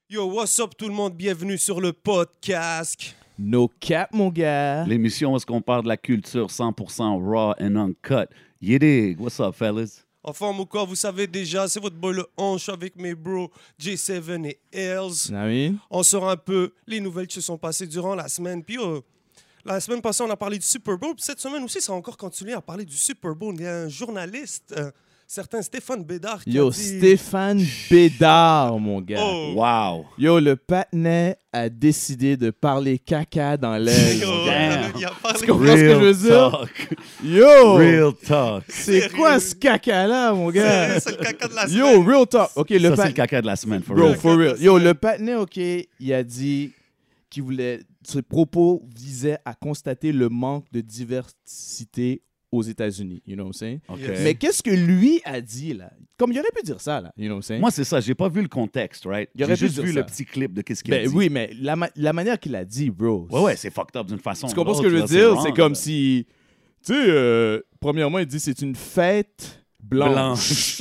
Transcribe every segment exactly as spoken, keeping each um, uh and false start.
Yo, what's up tout le monde? Bienvenue sur le podcast. No cap, mon gars. L'émission où est-ce qu'on parle de la culture cent pour cent raw and uncut. You dig? What's up, fellas? En forme ou quoi, vous savez déjà, c'est votre boy le Hanche avec mes bros J sept et Hells. Ah oui? On sort un peu les nouvelles qui se sont passées durant la semaine. Puis euh, la semaine passée, on a parlé du Super Bowl. Puis cette semaine aussi, ça a encore continué à parler du Super Bowl. Il y a un journaliste, euh, certain Stéphane Bédard, qui Yo, a dit... Stéphane Bédard, mon gars. Oh. Wow! Yo, le patinet a décidé de parler caca dans l'aile. Yo, mon gars. il a parlé... Tu comprends ce que je veux dire? talk. Yo! Real talk. C'est quoi ce caca-là, mon gars? C'est c'est le caca de la semaine. Yo, real talk. OK, le Ça, c'est pat- le caca de la semaine, for Bro, real. for real. Yo, le patinet, OK, il a dit qu'il voulait... Ses propos visaient à constater le manque de diversité aux États-Unis. You know what I'm saying? OK. Yes. Mais qu'est-ce que lui a dit, là? Comme il aurait pu dire ça, là. You know what I'm saying? Moi, c'est ça. J'ai pas vu le contexte, right? Il aurait J'ai pu juste dire vu ça. le petit clip de qu'est-ce qu'il a Ben dit. oui, mais la, ma- la manière qu'il a dit, bro. Ouais, ouais, c'est fucked up d'une façon. Tu ou comprends ce que l'autre, je veux là, dire? wrong, C'est comme là. si, tu sais, euh, premièrement, il dit c'est une fête blanche. Blanche.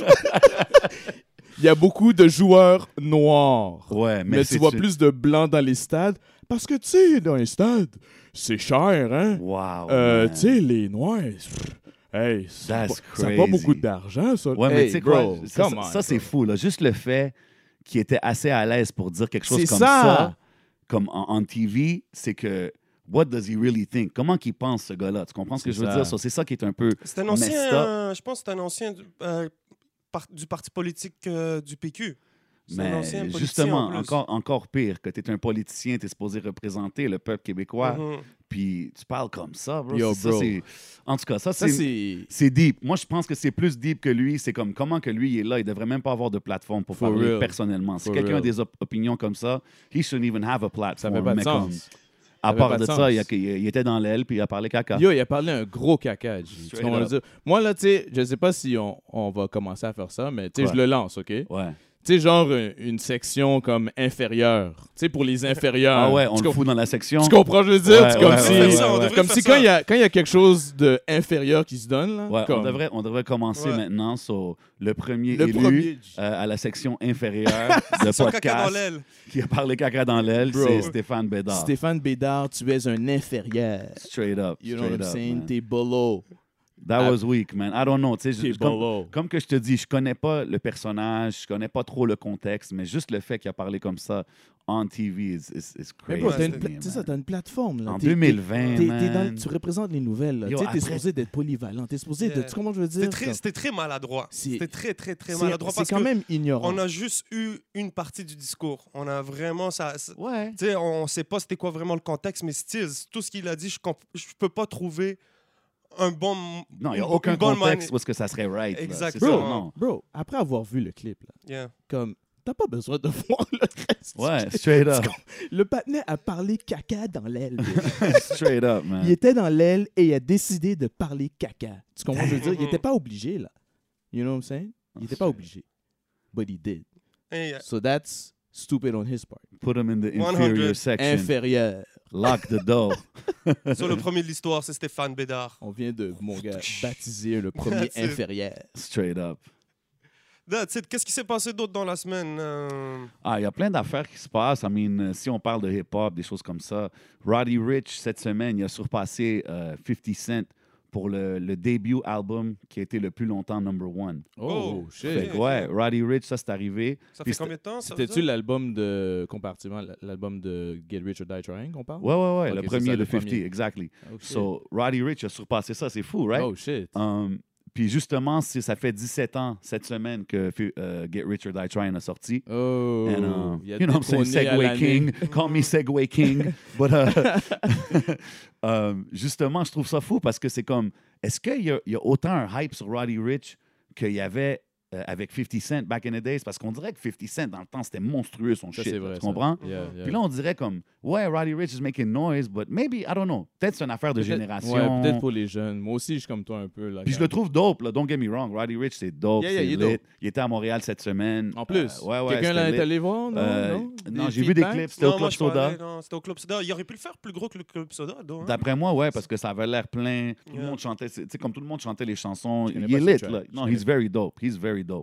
Il y a beaucoup de joueurs noirs. Ouais, mais, mais c'est tu vois plus de blancs dans les stades. Parce que, tu sais, dans les stades, c'est cher, hein? Wow. Euh, man. tu sais, les noirs, pff, hey, ça That's n'a pas crazy. beaucoup d'argent, ça. Ouais, mais Hey, tu sais bro, quoi? Ça, come on, ça, c'est bro. fou, là. Juste le fait qu'il était assez à l'aise pour dire quelque chose C'est comme ça. ça, comme en, en T V, c'est que what does he really think? Comment qu'il pense, ce gars-là? Tu comprends ce que C'est je veux ça. dire? So, c'est ça qui est un peu C'est un messed ancien, up. euh, je pense que c'est un ancien du, euh, par- du parti politique euh, du P Q. C'est un Mais ancien politicien justement, en plus. encore, encore pire, que tu es un politicien, tu es supposé représenter le peuple québécois, Mhm. puis tu parles comme ça, bro. Yo, C'est- ça, bro. c'est- en tout cas, ça, Ça, c'est... c'est... C'est deep. Moi, je pense que c'est plus deep que lui. C'est comme comment que lui il est là. Il devrait même pas avoir de plateforme pour For parler real. personnellement. Si For quelqu'un a real. des op- opinions comme ça, he shouldn't even have a Ça platform. fait pas de Mais comme, sens. à Ça fait part pas de de ça, sens. il, a- il était dans l'aile puis il a parlé caca. Yo, il a parlé un gros caca, G. Tu Straight comprends ce que je veux up. dire? Moi, là, tu sais, je sais pas si on, on va commencer à faire ça, mais tu sais, Quoi? je le lance, OK? Ouais. Tu sais, genre une, une section comme inférieure. Tu sais, pour les inférieurs. Ah ouais, on tu, le com- fout dans la section. tu comprends, je veux dire? Ouais, C'est comme ouais, si, ouais, ouais, on ouais. devrait comme faire si ça. quand il y a quand il y a quelque chose d'inférieur qui se donne, là, Ouais, comme on, devrait, on devrait commencer Ouais. maintenant sur le premier le élu premier. G. euh, à la section inférieure de Son caca dans podcast l'aile. qui a parlé caca dans l'aile, Bro. c'est Stéphane Bédard. Stéphane Bédard, tu es un inférieur. Straight up. You know what straight I'm up, saying? man. T'es below. That Ah. was weak, man. I don't know. tu sais, T'es je- comme, below. Comme que je te dis, je connais pas le personnage, je connais pas trop le contexte, mais juste le fait qu'il a parlé comme ça on T V is, is, is Mais crazy. bro, t'as Ouais, une, c'est pla- man. tu sais ça, t'as une plateforme. Là. En T'es- deux mille vingt, t'es- t'es dans- man. tu représentes les nouvelles. là. Yo, Tu sais, t'es après- supposé d'être polyvalent. T'es supposé Yeah. de... Tu comprends ce que je veux dire? C'était très, Comme- c'était très maladroit. C'est- C'était très, très, très C'est maladroit. c'est Parce quand que même ignorant. on a juste eu une partie du discours. On a vraiment... ça. ça- Ouais. Tu sais, on sait pas c'était quoi vraiment le contexte, mais still, tout ce qu'il a dit, je comp- je peux pas trouver un bon... Non, il n'y a une- aucun une bonne contexte mani- où est-ce que ça serait right. là. Exactement. C'est ça, Bro, non. bro, après avoir vu le clip, là, Yeah. comme, t'as pas besoin de voir le reste. du Ouais, clip. straight up. Le patinet a parlé caca dans l'aile. bro. straight up, man. Il était dans l'aile et il a décidé de parler caca. Tu comprends ce que je veux dire? Il Mhm. était pas obligé, là. You know what I'm saying? Il était pas obligé. But he did. Hey, uh, So that's stupid on his part. Put him in the one inferior hundred. section. Inférieur. Lock the door. sur le premier de l'histoire, c'est Stéphane Bédard. On vient de, mon gars, baptiser le premier That's it. inférieur. Straight up. That's it. Qu'est-ce qui s'est passé d'autre dans la semaine? euh? Ah, il y a plein d'affaires qui se passent. I mean, euh, si on parle de hip-hop, des choses comme ça, Roddy Ricch, cette semaine, il a surpassé euh, fifty Cent pour le, le début album qui a été le plus longtemps number one. Oh, Oh, shit. Fait que, ok. ouais, Roddy Ricch, ça, c'est arrivé. Ça Puis fait combien de temps? ça veut C'était-tu dire? l'album de, compartiment, l'album de Get Rich or Die Trying qu'on parle? Ouais, ouais, ouais, Ok, le c'est premier, ça, le le cinquante, premier. exactly. Oh, shit. So, Roddy Ricch a surpassé ça, c'est fou, right? Oh, shit. Um, puis justement, c'est- ça fait dix-sept ans cette semaine que euh, Get Rich or Die Trying a sorti. Oh, And, uh, il a you know what I'm saying? détrôné à Segway l'année. King. Call me Segway King. But, uh, um, justement, je trouve ça fou parce que c'est comme, est-ce qu'il y, a- il y a autant un hype sur Roddy Ricch qu'il y avait euh, avec fifty Cent back in the days? Parce qu'on dirait que fifty Cent, dans le temps, c'était monstrueux son Ça, shit. c'est là, vrai. tu ça. comprends? Yeah, yeah. Puis là, on dirait comme, ouais, Roddy Ricch is making noise, but maybe, I don't know. Peut-être c'est une affaire de Peut-être- génération. Ouais, peut-être pour les jeunes. Moi aussi, je suis comme toi un peu. Là, Puis je quand- le trouve dope, là. Don't get me wrong. Roddy Ricch, c'est dope. Yeah, yeah, c'est il est lit. dope. Il était à Montréal cette semaine. En plus, Euh, ouais, ouais, quelqu'un c'était l'a lit. est allé voir, non? Euh, non, non, Des j'ai vu des feedbacks? clips. C'était au Non, moi, Club je Soda. parlais, non, c'était au Club Soda. Il aurait pu le faire plus gros que le Club Soda, donc, hein? D'après moi, ouais, parce que ça avait l'air plein. Tout le Yeah. monde chantait, tu sais, comme tout le monde chantait les chansons. Je connais Il est pas ce lit, track. là. Je Non, connais he's very dope. He's very dope.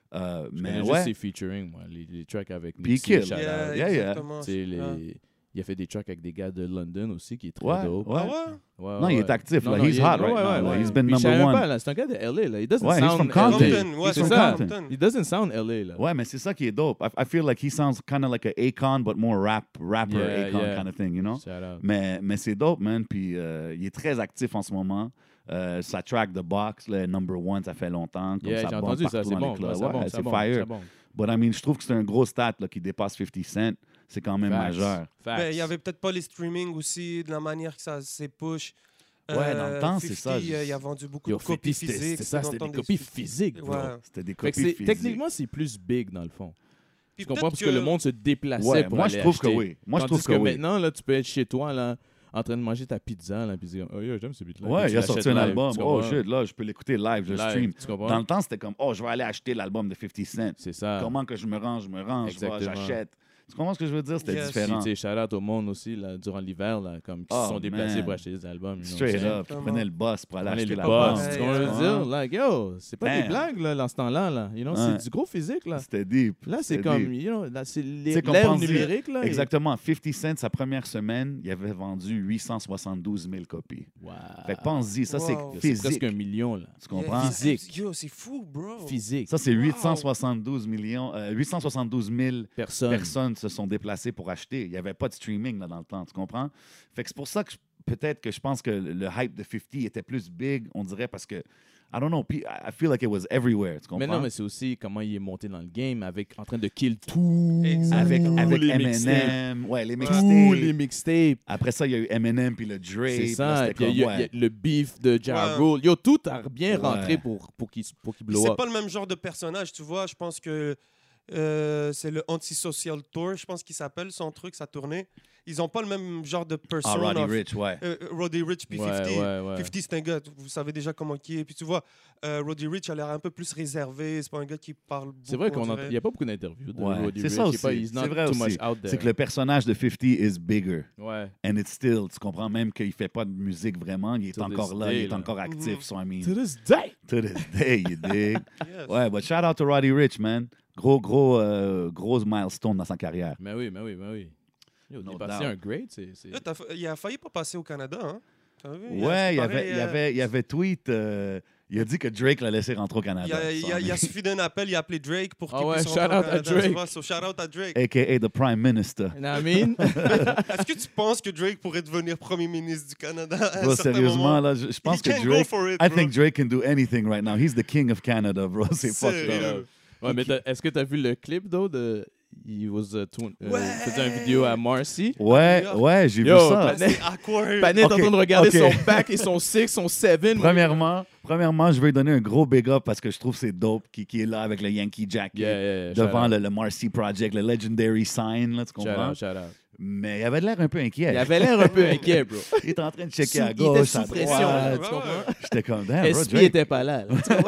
Euh, Je mais connais ouais. juste ses featuring, moi. Les, les tracks avec Puis Nipsey, Kill. shout out. Yeah, yeah. exactement. Tu sais, les... Ouais. Il a fait des tracks avec des gars de London aussi, qui est très Ouais, dope. ouais. Ah ouais? Ouais, Non, ouais, il est ouais. actif, Non, là. non, He's il est- hot right ouais, now, ouais, là. ouais. He's been Puis je number savais même one. pas, là, c'est un gars de L A, là. He doesn't Ouais, he's sound from Compton. L A. Compton, ouais, C'est from ça. Compton. Compton. He doesn't sound L A, là. Ouais, mais c'est ça qui est dope. I, I feel like he sounds kind of like a Akon, but more rap, rapper Yeah, Akon yeah. kind of thing, you know? Shout out. Mais, mais c'est dope, man. Puis euh, il est très actif en ce moment. Euh, sa track The Box, le number one, ça fait longtemps. Comme Yeah, ça j'ai bombe entendu ça, partout c'est dans bon. les clubs. Ouais, c'est Ouais, bon, c'est c'est bon, fire. c'est bon. But I mean, je trouve que c'est un gros stat là, qui dépasse fifty Cent. C'est quand même Facts. majeur. Facts. Ben, il y avait peut-être pas les streamings aussi, de la manière que ça s'est push. Ouais, dans le temps, c'est ça. fifty, euh, il a vendu beaucoup Yo, de copies fifty, c'était- physiques. c'était ça, dans c'était le des temps copies des- physiques, bro. Ouais. C'était des Fait que copies c'est- physiques. techniquement, c'est plus big, dans le fond. Puis Tu comprends? peut-être Parce que le monde se déplaçait Ouais, pour moi, aller je trouve que acheter. oui. Moi, je Tandis trouve que que oui. maintenant, là, tu peux être chez toi, là, en train de manger ta pizza, là, puis dire, oh, yo, j'aime ce beat-là. Ouais, Puis tu il a sorti l'achètes un live, album. tu Oh comprends? shit, là, je peux l'écouter live, je Live, stream. tu comprends? Dans le temps, c'était comme, oh, je vais aller acheter l'album de fifty Cent. C'est ça. Comment que je me rends, je me rends, je vais, Exactement. j'achète. Tu comprends ce que je veux dire? C'était Yes. différent. Puis, tu sais, shout out au monde aussi, là, durant l'hiver, là, comme, qui Oh, se sont déplacés man. pour acheter des albums. you know, Straight tu sais. up. Tu Exactement. prenais le bus pour aller Prenez acheter le l'album. boss, Ouais, tu comprends ce que je veux Ouais. dire? Like, yo, c'est pas des Damn. blagues, là, dans ce temps-là, là. You know, Ouais. c'est du gros physique, là. C'était deep. Là, c'est C'était comme, deep. you know, là, c'est Tu sais qu'on l'ère pense- numérique, là. Exactement. fifty Cent, sa première semaine, il avait vendu huit cent soixante-douze mille copies. Wow. Fait que pense-y, ça, Wow. c'est C'est physique. presque un million, là. Tu comprends? Physique. Yo, c'est fou, bro. Physique. Ça, c'est Wow. huit cent soixante-douze millions, euh, huit cent soixante-douze mille Personne. personnes se sont déplacées pour acheter. Il n'y avait pas de streaming là, dans le temps, tu comprends? Fait que c'est pour ça que je- peut-être que je pense que le le hype de fifty était plus big, on dirait, parce que, I don't know, pe- I I feel like it was everywhere, tu comprends? Mais non, mais c'est aussi comment il est monté dans le game avec, en train de kill tout. avec Exactement. avec les Eminem, ouais, les Tous mixtapes. les mixtapes. Après ça, il y a eu Eminem puis le Dre. C'est puis là, ça. c'était Et puis il y, a- comme, il y a ouais. le beef de Ja Ouais. Rule. Yo, tout a bien rentré Ouais. pour, pour qu'il pour qu'il Puis blow c'est up. pas le même genre de personnage, tu vois. Je pense que euh, c'est le Antisocial Tour, je pense qu'il s'appelle, son truc, sa tournée. Ils ont pas le même genre de Ah, persona. Roddy Rich, ouais. Euh, Roddy Rich puis Ouais, fifty. ouais, ouais. fifty, c'est un gars, vous savez déjà comment il est. Puis tu vois, euh, Roddy Rich a l'air un peu plus réservé. C'est pas un gars qui parle beaucoup. C'est vrai on qu'on dirait. n'y a pas beaucoup d'interviews de Ouais, Roddy c'est Rich. ça Je sais pas, aussi. he's not C'est vrai too aussi. much out there. C'est que le personnage de fifty is bigger. Ouais. And it's still, tu comprends même qu'il fait pas de musique vraiment, il est To encore this là, day, il est là. encore actif, Mhm. so I mean, To this day. to this day, you dig? Yes. Ouais, but shout out to Roddy Rich, man. Gros, gros, euh, gros milestone dans sa carrière. Mais oui, mais oui, mais oui. Yo, No il est passé doubt. un grade, c'est... c'est- Là, t'as fa- il a failli pas passer au Canada, hein? T'as vu? Il a- Ouais, il y c'est avait, pareil, il y euh, avait, il y avait tweet, euh, il a dit que Drake l'a laissé rentrer au Canada. Il a, il so, a- I il a mean, suffi d'un appel, il a appelé Drake pour Ah qu'il ouais, puisse shout rentrer au out à Canada, tu Drake. vois. So, shout out à Drake. A K A the Prime Minister. You know what I mean? Est-ce que tu penses que Drake pourrait devenir premier ministre du Canada à un Bro, certain sérieusement, moment? là, je, je pense He que can go Drake, for it, I bro. think Drake can do anything right now. He's the king of Canada, bro. C'est fucked Sérieux. up. Ouais, mais t'as- est-ce que tu as vu le clip, though, de... Il was, uh, tw- euh, Ouais. il faisait une vidéo à Marcy. Ouais, York. ouais, j'ai vu Yo, ça. Panet- C'est awkward. Panet est en Ok, train de regarder ok. son back et son six, son seven. Premièrement, premièrement, je veux lui donner un gros big up parce que je trouve que c'est dope qui, qui est là avec le Yankee Jacket Yeah, yeah, yeah, devant shout out. le, le Marcy Project, le Legendary Sign, là, tu Shout comprends? out, shout out. Mais il avait l'air un peu inquiet. Il avait l'air un peu inquiet, bro. Il était en train de checker Sous- à il était gauche, sous à pression, droite. là. tu Ouais, comprends? ouais. J'étais comme, damn, bro, S P Drake. était pas là. là. Tu comprends?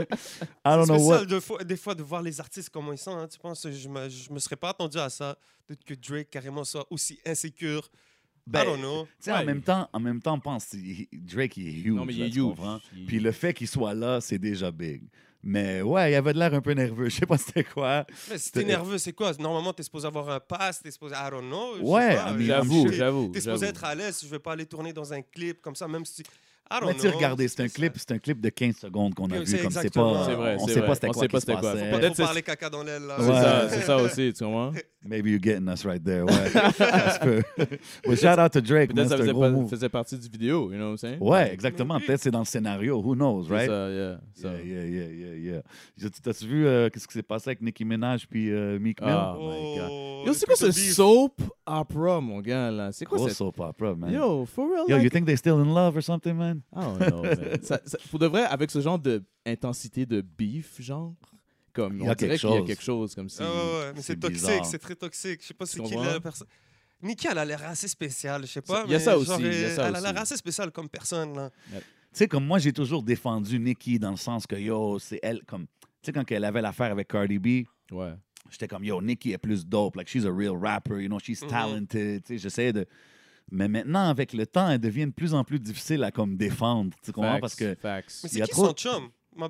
I don't C'est know what. spécial de fois- des fois de voir les artistes comment ils sont. Hein, tu penses, je me, je me serais pas attendu à ça, de que Drake carrément soit aussi insécure. Ben, I don't know. Tu sais, Ouais. en même temps, en même temps, pense, il- Drake il est huge. Non, mais il là, est tu huge. comprends? Il- Puis le fait qu'il soit là, c'est déjà big. Mais ouais, il avait de l'air un peu nerveux. Je sais pas c'était quoi. Mais si t'es nerveux, c'est quoi? Normalement, t'es supposé avoir un pass, t'es supposé. I don't know. je sais Ouais, pas, I mean, J'avoue, T'es- j'avoue. T'es supposé j'avoue. être à l'aise. Je vais pas aller tourner dans un clip comme ça, même si. I don't Mais tu sais, know, regardez, c'est un ça. clip, c'est un clip de quinze secondes qu'on a Yo, vu. c'est Comme c'est exactement. pas, C'est vrai, on c'est sait vrai. pas c'était On quoi sait qui pas se c'était quoi. passait. Pas Peut-être trop c'est- parler caca dans l'aile, là. C'est Ouais. ça, c'est ça aussi, tu comprends? Maybe you're getting us right there. Ouais, ça se peut. But shout out to Drake, man, Peut-être ça c'est un faisait, gros pas- move. faisait partie du vidéo, you know what I'm saying? Ouais, exactement. Maybe. Peut-être c'est dans le scénario. Who knows, C'est right? ça, yeah. ça. Yeah, yeah, yeah, yeah, yeah. T'as-tu vu euh, qu'est-ce qui s'est passé avec Nicki Minaj puis euh, Meek Mill? Ah. Oh, my God. le Yo, c'est quoi truc ce de beef. soap opera, mon gars, là? C'est quoi Gros cette... soap opera, man. Yo, for real, Yo, like... you think they still in love or something, man? I don't know, man. Ça- ça- pour de vrai, avec ce genre d'intensité de beef, genre, comme Il y on a dirait quelque qu'il y a chose. quelque chose comme si... Ah ouais, ouais, mais c'est c'est toxique, bizarre. c'est très toxique. Je sais pas c'est Tu qui comprends? la personne. Nikki, elle a l'air assez spéciale, je sais pas. Il y a mais ça aussi, genre, il y a elle- ça Elle a l'air aussi. assez spéciale comme personne, là. Tu sais, comme moi, j'ai toujours défendu Nicki dans le sens que, yo, c'est elle, comme... Tu sais, quand elle avait l'affaire avec Cardi B, Ouais. j'étais comme, yo, Nicki est plus dope. Like, she's a real rapper, you know, she's Mhm. talented. Tu sais, j'essayais de... Mais maintenant, avec le temps, elle devient de plus en plus difficile à, comme, défendre. Tu comprends? Facts, Parce que... facts. Mais Il y c'est a qui trop- son chum? My bad.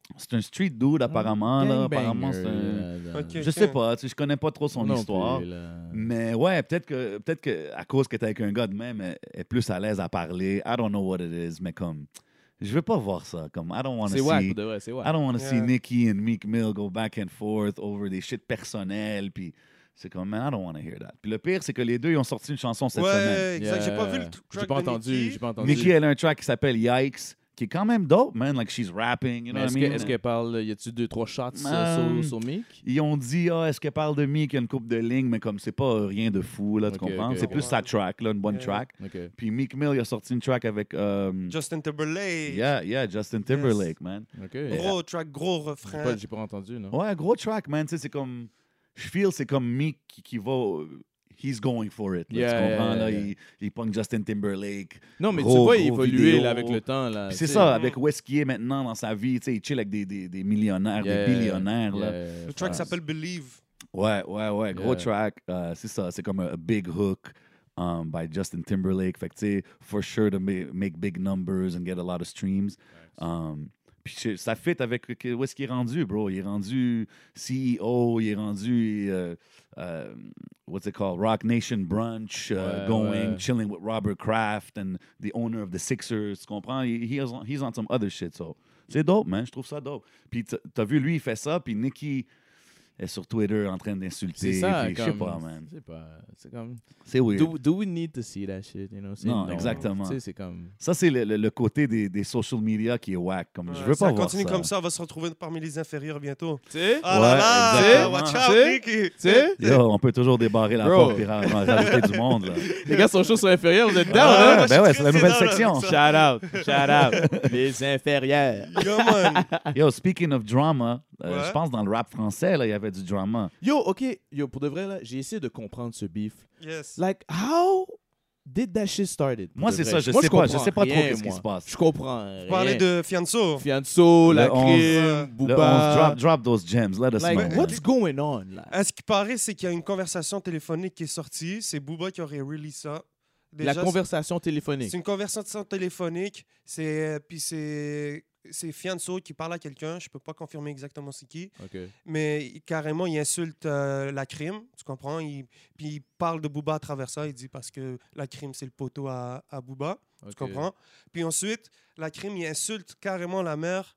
C'est un street dude, apparemment. Là. Apparemment, c'est un... Ok, Je ok. sais pas, tu sais, je connais pas trop son Non histoire. plus, là. Mais ouais, peut-être que, peut-être que à cause que t'es avec un gars de même, elle est plus à l'aise à parler. I don't know what it is, mais comme, je veux pas voir ça. Comme, I don't want to C'est wack, see, pour de vrai, c'est wack. I don't want to see Yeah. Nicki and Meek Mill go back and forth over des shit personnels. Puis c'est comme, man, I don't want to hear that. Puis le pire, c'est que les deux, ils ont sorti une chanson cette semaine. Ouais, exact. J'ai pas vu le Yeah. track J'ai pas de entendu, Nicki. j'ai pas entendu. Nicki, elle a un track qui s'appelle Yikes, qui est quand même dope, man. Like, she's rapping, you know Mais what est-ce I que- mean? est-ce qu'elle parle, y a-tu deux, trois shots euh, Um, sur, sur Meek? Ils ont dit, ah, est-ce qu'elle parle de Meek? Il y a une couple de lignes, mais comme c'est pas rien de fou, là, tu Ok, comprends? ok, c'est ok. plus sa track, là, une bonne Yeah. track. Ok. Puis Meek Mill, il a sorti une track avec. euh, Justin Timberlake. yeah, yeah, Justin Timberlake, man. Ok. Gros track, gros J'ai refrain. pas, j'ai pas entendu, non? Ouais, gros track, man. Tu sais, c'est comme. Je feel, c'est comme Meek qui, qui va. euh, He's going for it. Là, Yeah, tu comprends? yeah, là, yeah. il, il pogne Justin Timberlake. Non, mais Gros, tu vois gros évoluer vidéo. là, avec le temps. Là, Puis tu c'est sais. ça, avec où est-ce qu'il est maintenant dans sa vie. Tu sais, il chill avec des, des, des millionnaires, Yeah, des billionnaires. Là. yeah, Le track ouais. s'appelle Believe. Ouais, ouais, ouais. Gros Yeah. track. Euh, c'est ça. C'est comme un, a big hook um, by Justin Timberlake. Fait que, tu sais, for sure to ma- make big numbers and get a lot of streams. Um, Puis je- ça fit avec que- où est-ce qu'il est rendu, bro. Il est rendu C E O, il est rendu, euh, euh, what's it called, Rock Nation Brunch, uh, Ouais, going, ouais. chilling with Robert Kraft and the owner of the Sixers. Tu comprends? He, he is on, he's on some other shit, so. C'est dope, man. Je trouve ça dope. Puis t- t'as vu, lui, il fait ça, puis Nicki est sur Twitter en train d'insulter. C'est ça, puis je sais comme, pas, man. C'est pas... C'est comme... C'est weird. Do, do we need to see that shit, you know? C'est Non, exactement. Tu sais, c'est comme... Ça, c'est le, le- le côté des, des social media qui est whack. Comme, je Ouais, veux si pas elle voir continue ça. comme ça, on va se retrouver parmi les inférieurs bientôt. Tu sais? Ah Ouais, là là! exactement. Watch Tu out, sais? Nicky! Tu sais? Yo, on peut toujours débarrer la Bro. porte et ra- ra- rajouter du monde. Là. Les gars sont chauds sur inférieur, vous êtes down, Ah, hein? moi, je ben suis ouais, très c'est la nouvelle down avec section. ça. Shout out, shout out. Les inférieurs. Yeah, man. Yo, speaking of drama, euh, Ouais. je pense dans le rap français, là, il y avait du drama. Yo, OK, yo, pour de vrai, là, j'ai essayé de comprendre ce beef. Yes. Like, how did that shit started? pour Moi, de c'est vrai? ça, je Moi, sais pas, je comprends sais pas trop rien, qu'est-ce qui moi. se passe. Je comprends rien. Parler de Fianso. Fianso, la Le onze, crime, euh, Le Booba. onze, drop, drop those gems, let us Like, know. what's going on, là? À ce qui paraît, c'est qu'il y a une conversation téléphonique qui est sortie. C'est Booba qui aurait release ça. La Déjà, conversation téléphonique. c'est une conversation téléphonique. C'est puis c'est c'est Fianso qui parle à quelqu'un. Je peux pas confirmer exactement c'est qui, OK. mais il- carrément il insulte euh, la crime. Tu comprends? Il, puis il parle de Booba à travers ça. Il dit parce que la crime c'est le poteau à, à Booba. OK. Tu comprends? Puis ensuite, la crime, il insulte carrément la mère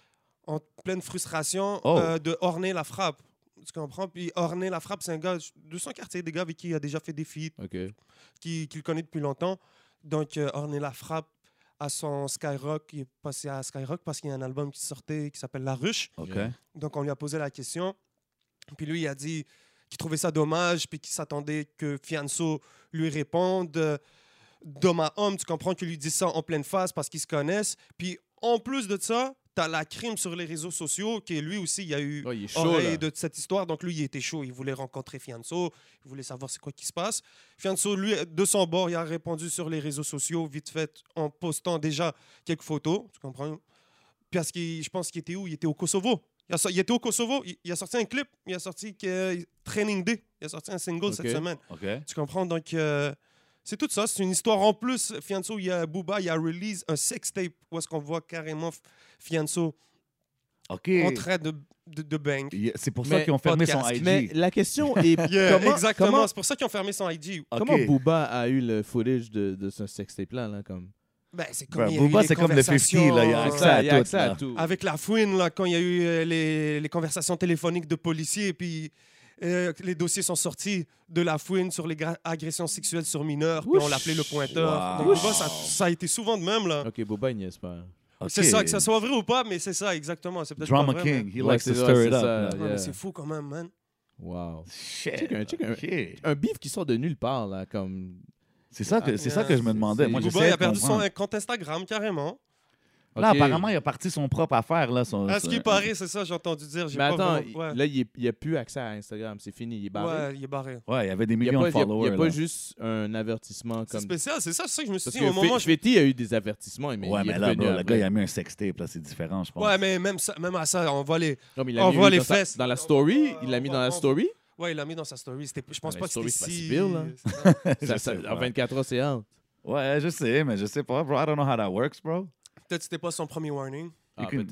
en pleine frustration Oh. euh, de Orné la frappe. Tu comprends? Puis Orné la frappe, c'est un gars de son quartier, des gars avec qui il a déjà fait des feats, OK. qui, qui le connaît depuis longtemps. Donc, euh, Orné la frappe à son Skyrock, il est passé à Skyrock parce qu'il y a un album qui sortait qui s'appelle La Ruche. OK. Yeah. Donc, on lui a posé la question. Puis lui, il a dit qu'il trouvait ça dommage, puis qu'il s'attendait que Fianso lui réponde euh, d'homme à homme. Tu comprends qu'il lui dit ça en pleine face parce qu'ils se connaissent. Puis en plus de ça, t'as la crime sur les réseaux sociaux, qui lui aussi, il y a eu Oh, il est chaud, oreille là. de cette histoire. Donc lui, il était chaud. Il voulait rencontrer Fianso. Il voulait savoir c'est quoi qui se passe. Fianso, lui, de son bord, il a répondu sur les réseaux sociaux, vite fait, en postant déjà quelques photos. Tu comprends? Parce que je pense qu'il était où? Il était au Kosovo. Il, a so- il était au Kosovo. Il, il a sorti un clip. Il a sorti que, Training Day. Il a sorti un single Ok. cette semaine. OK. Tu comprends? Donc, euh, c'est tout ça. C'est une histoire en plus. Fianso, il y a Booba, il y a release un sextape où est-ce qu'on voit carrément F- Fianso OK. en train de, de, de bang. Il- C'est pour ça Mais- qu'ils ont fermé son podcast. I G. Mais la question est... Yeah, comment, exactement. Comment, C'est pour ça qu'ils ont fermé son I G. OK. comment Booba a eu le footage de, de ce sextape-là, là, comme... Ben, c'est comme Bro, il y a eu Booba, les c'est comme le conversations, cinquante, là. Il y a euh, accès à il y a tout, accès à là. tout. Avec la fouine, là, quand il y a eu euh, les, les conversations téléphoniques de policiers, puis euh, les dossiers sont sortis de la fouine sur les gra- agressions sexuelles sur mineurs, puis on l'appelait le pointeur. Wow. Donc, Booba, ça, ça a été souvent de même, là. OK, Booba, il niaise pas. OK. C'est ça, que ça soit vrai ou pas, mais c'est ça, exactement. C'est peut-être Drama pas vrai, King. mais- He Ouais, likes to c'est- stir ouais, it c'est up. ça. là. Ouais, mais Yeah. c'est fou quand même, man. Wow. Shit. Check un- check un- OK. Un beef qui sort de nulle part, là, comme... C'est ça que, c'est ça Yeah. que je me demandais. C'est- Moi, Booba, Booba, j'essayais il a de perdu son comprendre. compte Instagram, carrément. Là, OK. apparemment, il a parti son propre affaire. Là, son, À ce qui son- paraît, c'est ça, j'ai entendu dire. j'ai Mais pas attends, vraiment- ouais. là, il n'y a plus accès à Instagram. C'est fini, il est barré. Ouais, il est barré. Ouais, il y avait des Il n'y a, millions pas- de il y a- followers. il y a pas là. juste un avertissement C'est comme... spécial, c'est ça, c'est ça que je me suis Parce dit. que Au moment, je- Fetty a eu des avertissements, mais Ouais, il est mais là, revenu bro, le après. gars, il a mis un sextape. Là, c'est différent, je pense. Ouais, mais même, ça, même à ça, on voit les. Non, mais il l'a On mis voit où, les dans sa- fesses. Dans la story, On il l'a mis voit- dans la on- story. Ouais, il l'a mis dans sa story. C'était- Je pense Ouais, pas la que story, c'était c'est pas si. si pire, là. c'est Ça- ça. ça- sais En pas. vingt-quatre heures, c'est out. Ouais, je sais, mais je sais pas, bro. I don't know how that works, bro. Peut-être que c'était pas son premier warning. Ah, can- peut-être.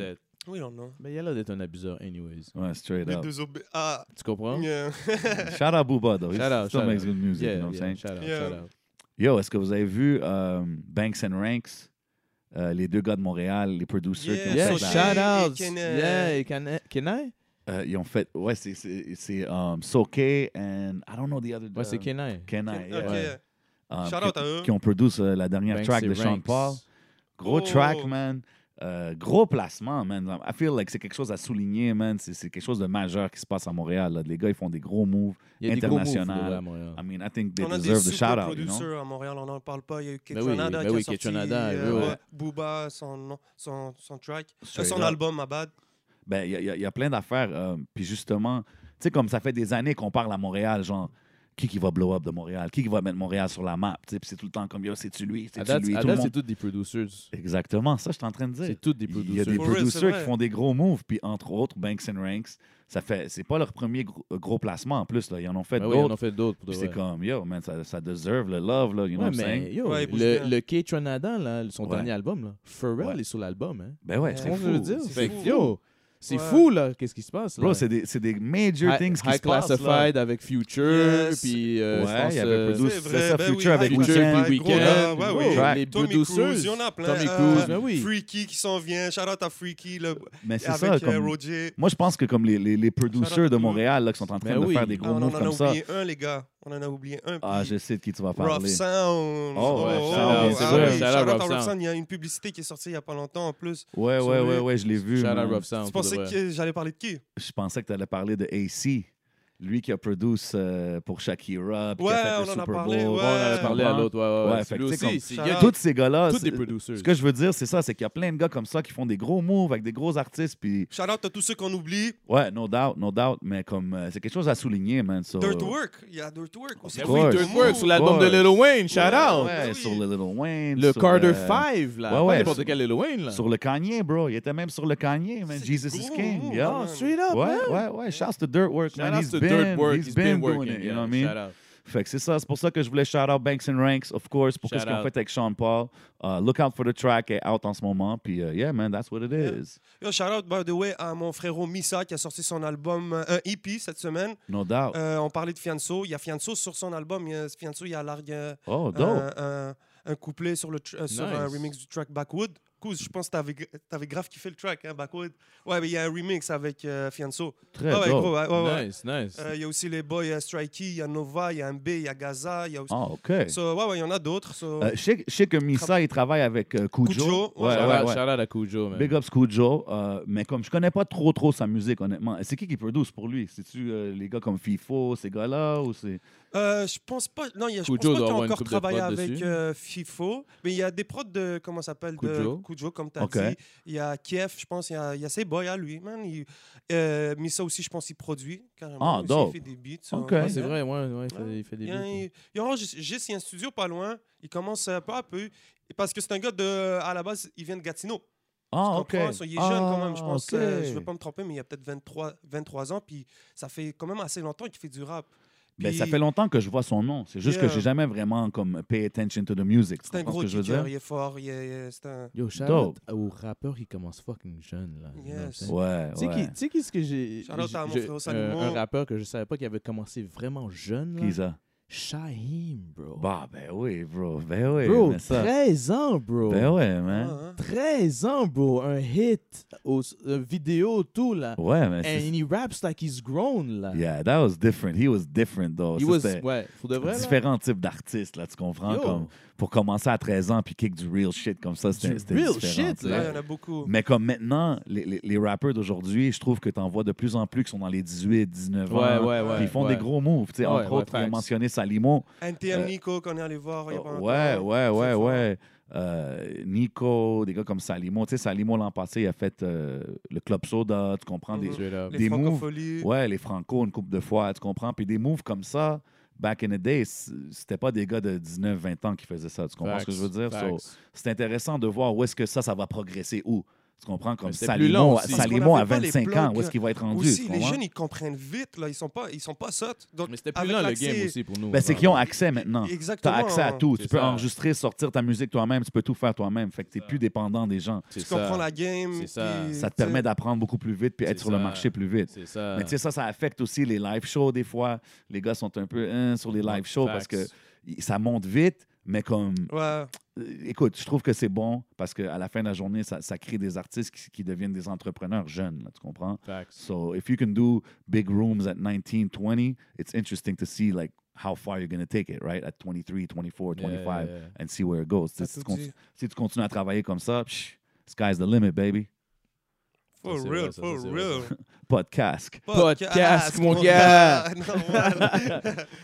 Oui, non, non. Mais il a l'air d'être un abuseur, anyways. Ouais, straight Les up. deux obé- Ah, Tu comprends? yeah. Shout out Booba, though. He Shout out, still shout makes out. good music, Yeah, you know what I'm yeah, saying? shout out, Yeah. shout out. Yo, est-ce que vous avez vu euh, Banks and Ranks, euh, les deux gars de Montréal, les producers qui ont Yeah, fait Soché la- shout et out. Ken- Yeah, et Ken- Kenai? Euh, ils ont fait, ouais, c'est c'est c'est um, Soke and I don't know the other. Ouais, c'est um, Kenai. Kenai, yeah. Ok. Ouais. Um, Shout qui- out à eux. Qui ont produit euh, la dernière Banks track et de Sean Ranks. Paul. Gros Oh. track, man. Euh, gros placement, man. I feel like c'est quelque chose à souligner, man. C'est c'est quelque chose de majeur qui se passe à Montréal. Là. Les gars, ils font des gros moves. Il y a des gros moves International. pour vrai, à Montréal. I mean, I think they On a des deserve the super shout-out, you know? producers à Montréal, on n'en parle pas. Il y a eu Ben oui, Ketronada ben qui oui, a sorti Ketronada, euh, oui, oui. ouais, Booba, son, son, son track, euh, Straight son up. album, ma bad. Ben, il y, a- il y a- il y a plein d'affaires. euh, Puis justement, tu sais, comme ça fait des années qu'on parle à Montréal, genre, qui qui va blow up de Montréal? Qui qui va mettre Montréal sur la map? Tu sais, puis c'est tout le temps comme, yo, c'est-tu lui? À C'est-tu date, lui? à Tout le date, c'est monde... tous des producers. Exactement, ça, je suis en train de dire. C'est tous des Il y a producers. des For real, c'est producers qui vrai. font des gros moves, puis entre autres, Banks and Ranks, ça fait, c'est pas leur premier gros, gros placement en plus, là. Ils en ont fait Ben oui, on d'autres. en fait d'autres. pour de Puis c'est vrai. comme, yo, man, ça, ça deserve le love, là, you know Ouais, what I'm saying? mais yo, Ouais, il bouge le, bien. le K-Tronada, là, son Ouais. dernier album, là, Pharrell Ouais. est sur l'album. Hein. Ben ouais, Ouais. c'est Tu comprends fou. ce que je veux dire? C'est Fait fou. que, yo, c'est Ouais. fou, là, qu'est-ce qui se passe, là? Bro, c'est des, c'est des major High- things qui High se passent, là. Classified avec Future, Yes. puis euh, Ouais, je pense, il y avait euh, Produce- C'est c'est vrai, ça, ben Future oui, avec High Weeknd. Classified, Weeknd, gros gars, ouais, gros, oui. Track. les Tommy producers, Cruise, il y en a plein. Tommy Euh, Cruise, ben oui. Freaky qui s'en vient. Shout out à Freaky le, Mais c'est avec ça, euh, comme... Roger. Moi, je pense que comme les, les, les producers Shout out de à Montréal là, qui sont en train Ben de oui. faire des Ah, gros on moves en a comme ça. oublié un, les gars. On en a oublié un. Ah, puis je sais de qui tu vas Rough parler. Sound. Oh, ouais, shout out, ah c'est oui, vrai, shout shout out out à Rough Rough Sound. Sound. Il y a une publicité qui est sortie il n'y a pas longtemps en plus. Ouais, Sur ouais, lui. ouais, ouais, je l'ai vu. Shout man. out Rough Sound. Tu pour de pensais vrai. que j'allais parler de qui? Je pensais que tu allais parler de A C. Lui qui a produit euh, pour Shakira. puis qui Ouais, a fait on le en a Super parlé, Bowl. Bon, on ouais. avait parlé à Comprends? l'autre, ouais, ouais. Ouais, ouais. fait Lui que, tu sais, aussi, comme- c'est- Shout il y a out. Tous ces gars-là, tous c'est- des producers. ce que je veux dire, c'est ça, c'est qu'il y a plein de gars comme ça qui font des gros moves avec des gros artistes. Puis, Shout out à tous ceux qu'on oublie. ouais, no doubt, no doubt, mais comme euh, c'est quelque chose à souligner, man. so- Dirt Work. Il y a Dirt Work aussi. Ben Of oui, course. Dirt Work sur l'album Of de Lil Wayne, shout Ouais, out. Ouais, oui. sur le Little Wayne. Le sur, Carter euh, five, là. ouais, Pas ouais, n'importe sur- quel Lil Wayne, là. Sur le Kanye, bro. Il était même sur le Kanye, man. C'est Jesus is gros King. move, Yeah. man. Straight up, Ouais, man. ouais, ouais. Shouts to Dirt Work, Shout man. out He's to been, Dirt Work, he's been doing working, it, you yeah, know what I mean? shout out. Fait que c'est ça, c'est pour ça que je voulais shout out Banks and Ranks, of course, pour Shout ce qu'ils ont out. fait avec Sean Paul. Uh, look out for the track, est out en ce moment. Puis, uh, yeah, man, that's what it Yeah. is. Yo, shout out, by the way, à mon frérot Misa qui a sorti son album, euh, un E P cette semaine. No doubt. Euh, on parlait de Fianso. Il y a Fianso sur son album. Il y a, Fianso, il a largué un, oh, dope. un, un- un couplet sur, le tr- euh, sur un Nice. remix du track Backwood. Cool, je pense que t'avais, t'avais grave kiffé le track, hein, Backwood. Ouais, mais il y a un remix avec euh, Fianso. Très Ah ouais, dope. gros, ouais, ouais, ouais. Nice, nice. Euh, Il y a aussi les boys, il y a Strikey, il y a Nova, il y a M B, il y a Gaza, il y a aussi... Ah, OK. So, ouais, ouais, il y en a d'autres. so- Euh, je sais- je sais que Misa, il travaille avec euh, Kujo. Kujo, ouais, ouais, shout, ouais, out, ouais. shout out à Kujo, man. Big ups Kujo. euh, mais comme je connais pas trop trop sa musique, honnêtement. C'est qui qui produit pour lui? C'est-tu euh, les gars comme FIFO, ces gars-là? Ou c'est... Euh, je pense pas. Non, il y a, je pense Kujo pas doit qu'il a avoir une encore couple de travaillé prods avec dessus. euh, FIFO. Mais il y a des prods de. Comment ça s'appelle Kujo. De Kujo, comme tu as Ok. dit. Il y a Kiev, je pense. Il y a, il y a ses boys à lui, man. Il, euh, Misa aussi, je pense, il produit. Carrément. Ah, Aussi, dope. Il fait des beats. so, Ok. ouais, Ouais, c'est yeah. vrai, ouais, ouais, il fait, Ouais. il fait des Il y a, beats. un- il y a juste, juste, il y a un studio pas loin. Il commence euh, peu à peu. Parce que c'est un gars de. À la base, il vient de Gatineau. Ah, Tu OK. comprends? So, il est jeune quand même, je Ah, pense. OK. euh, je ne veux pas me tromper, mais il a peut-être vingt-trois, vingt-trois ans. Puis ça fait quand même assez longtemps qu'il fait du rap. Ben, Puis ça fait longtemps que je vois son nom. C'est juste Yeah. que j'ai jamais vraiment comme pay attention to the music. Tu C'est un comprends gros ce que je veux kicker, dire? il est fort. Il est, il est- c'est un... Yo, shout Dope. out aux rappeurs qui commencent fucking jeunes, là. You know what I'm Yes. saying? Ouais, Tu sais ouais. qui- tu sais qui ce que j'ai... Shout out à mon j'ai- frère un, Salimo. un rappeur que je savais pas qui avait commencé vraiment jeune, là. Qui ça? Shaheem, bro. Bah, ben oui, bro. Ben oui. bro, mais ça... treize ans, bro. Ben ouais, man. Ah, hein. treize ans, bro. Un hit, au, euh, vidéo, tout, là. Ouais, mais And c'est... he raps like he's grown, là. Yeah, that was different. He was different, though. He Ça, was, c'était ouais, pour de vrai, là. différents types d'artistes, là, tu comprends? Yo. Comme, pour commencer à treize ans puis kick du real shit comme ça, c'était Du c'était real différent, shit, tu Ouais, sais. il y en a beaucoup. Mais comme maintenant, les, les, les rappers d'aujourd'hui, je trouve que tu en vois de plus en plus qui sont dans les dix-huit, dix-neuf ans. Ouais, ouais, ouais. Puis ils font ouais. des gros moves. Tu sais, Ouais, entre ouais, autres, il a facts. mentionné Salimo. N T M Euh, Nico qu'on est allé voir il y a pas longtemps. Ouais, ouais, ouais, C'est fort. ouais. Euh, Nico, des gars comme Salimo. Tu sais, Salimo, l'an passé, il a fait euh, le Club Soda, tu comprends? Des, Mhm. Straight up. Les des moves. francopholies. Ouais, les Franco, une couple de fois, tu comprends? Puis des moves comme ça, back in the day, c- c'était pas des gars de dix-neuf vingt ans qui faisaient ça. Tu comprends ce que je veux dire? So, Facts. c'est intéressant de voir où est-ce que ça, ça va progresser où. Tu comprends? Comme Mais c'était plus long Salimo, aussi. Parce qu'on Salimo à avait pas les vingt-cinq ans, blogs. où est-ce qu'il va être rendu? Aussi, tu les comprends? jeunes, ils comprennent vite. Là. Ils sont pas, ils sont pas sottes. Donc, Mais c'était plus avec lent le l'accès- game aussi pour nous. Ben, c'est genre. qu'ils ont accès maintenant. Tu Exactement. as accès à tout. Tu C'est peux ça. enregistrer, sortir ta musique toi-même. Tu peux tout faire toi-même. Fait que tu n'es ça. plus dépendant des gens. C'est Tu comprends ça. la game. C'est ça. puis, Ça te tu sais, permet d'apprendre beaucoup plus vite puis C'est être sur le ça. marché plus vite. C'est ça. Mais tu sais, ça, ça affecte aussi les live shows des fois. Les gars sont un peu hein, sur les live shows parce que Facts. y- ça monte vite, mais comme... Ouais. euh, Écoute, je trouve que c'est bon parce qu'à la fin de la journée, ça, ça crée des artistes qui, qui deviennent des entrepreneurs jeunes, là, tu comprends? Facts. So if you can do big rooms at nineteen, twenty, it's interesting to see like how far you're going to take it, right? At twenty-three, twenty-four, twenty-five, Yeah, yeah, yeah. and see where it goes. T'as Si tu, tout con- dit. si tu continues à travailler comme ça, psh, sky's the limit, baby. For Ça, c'est real, vrai, ça, for ça, c'est real. vrai. Pas de casque. Podcast, mon gars. Normal.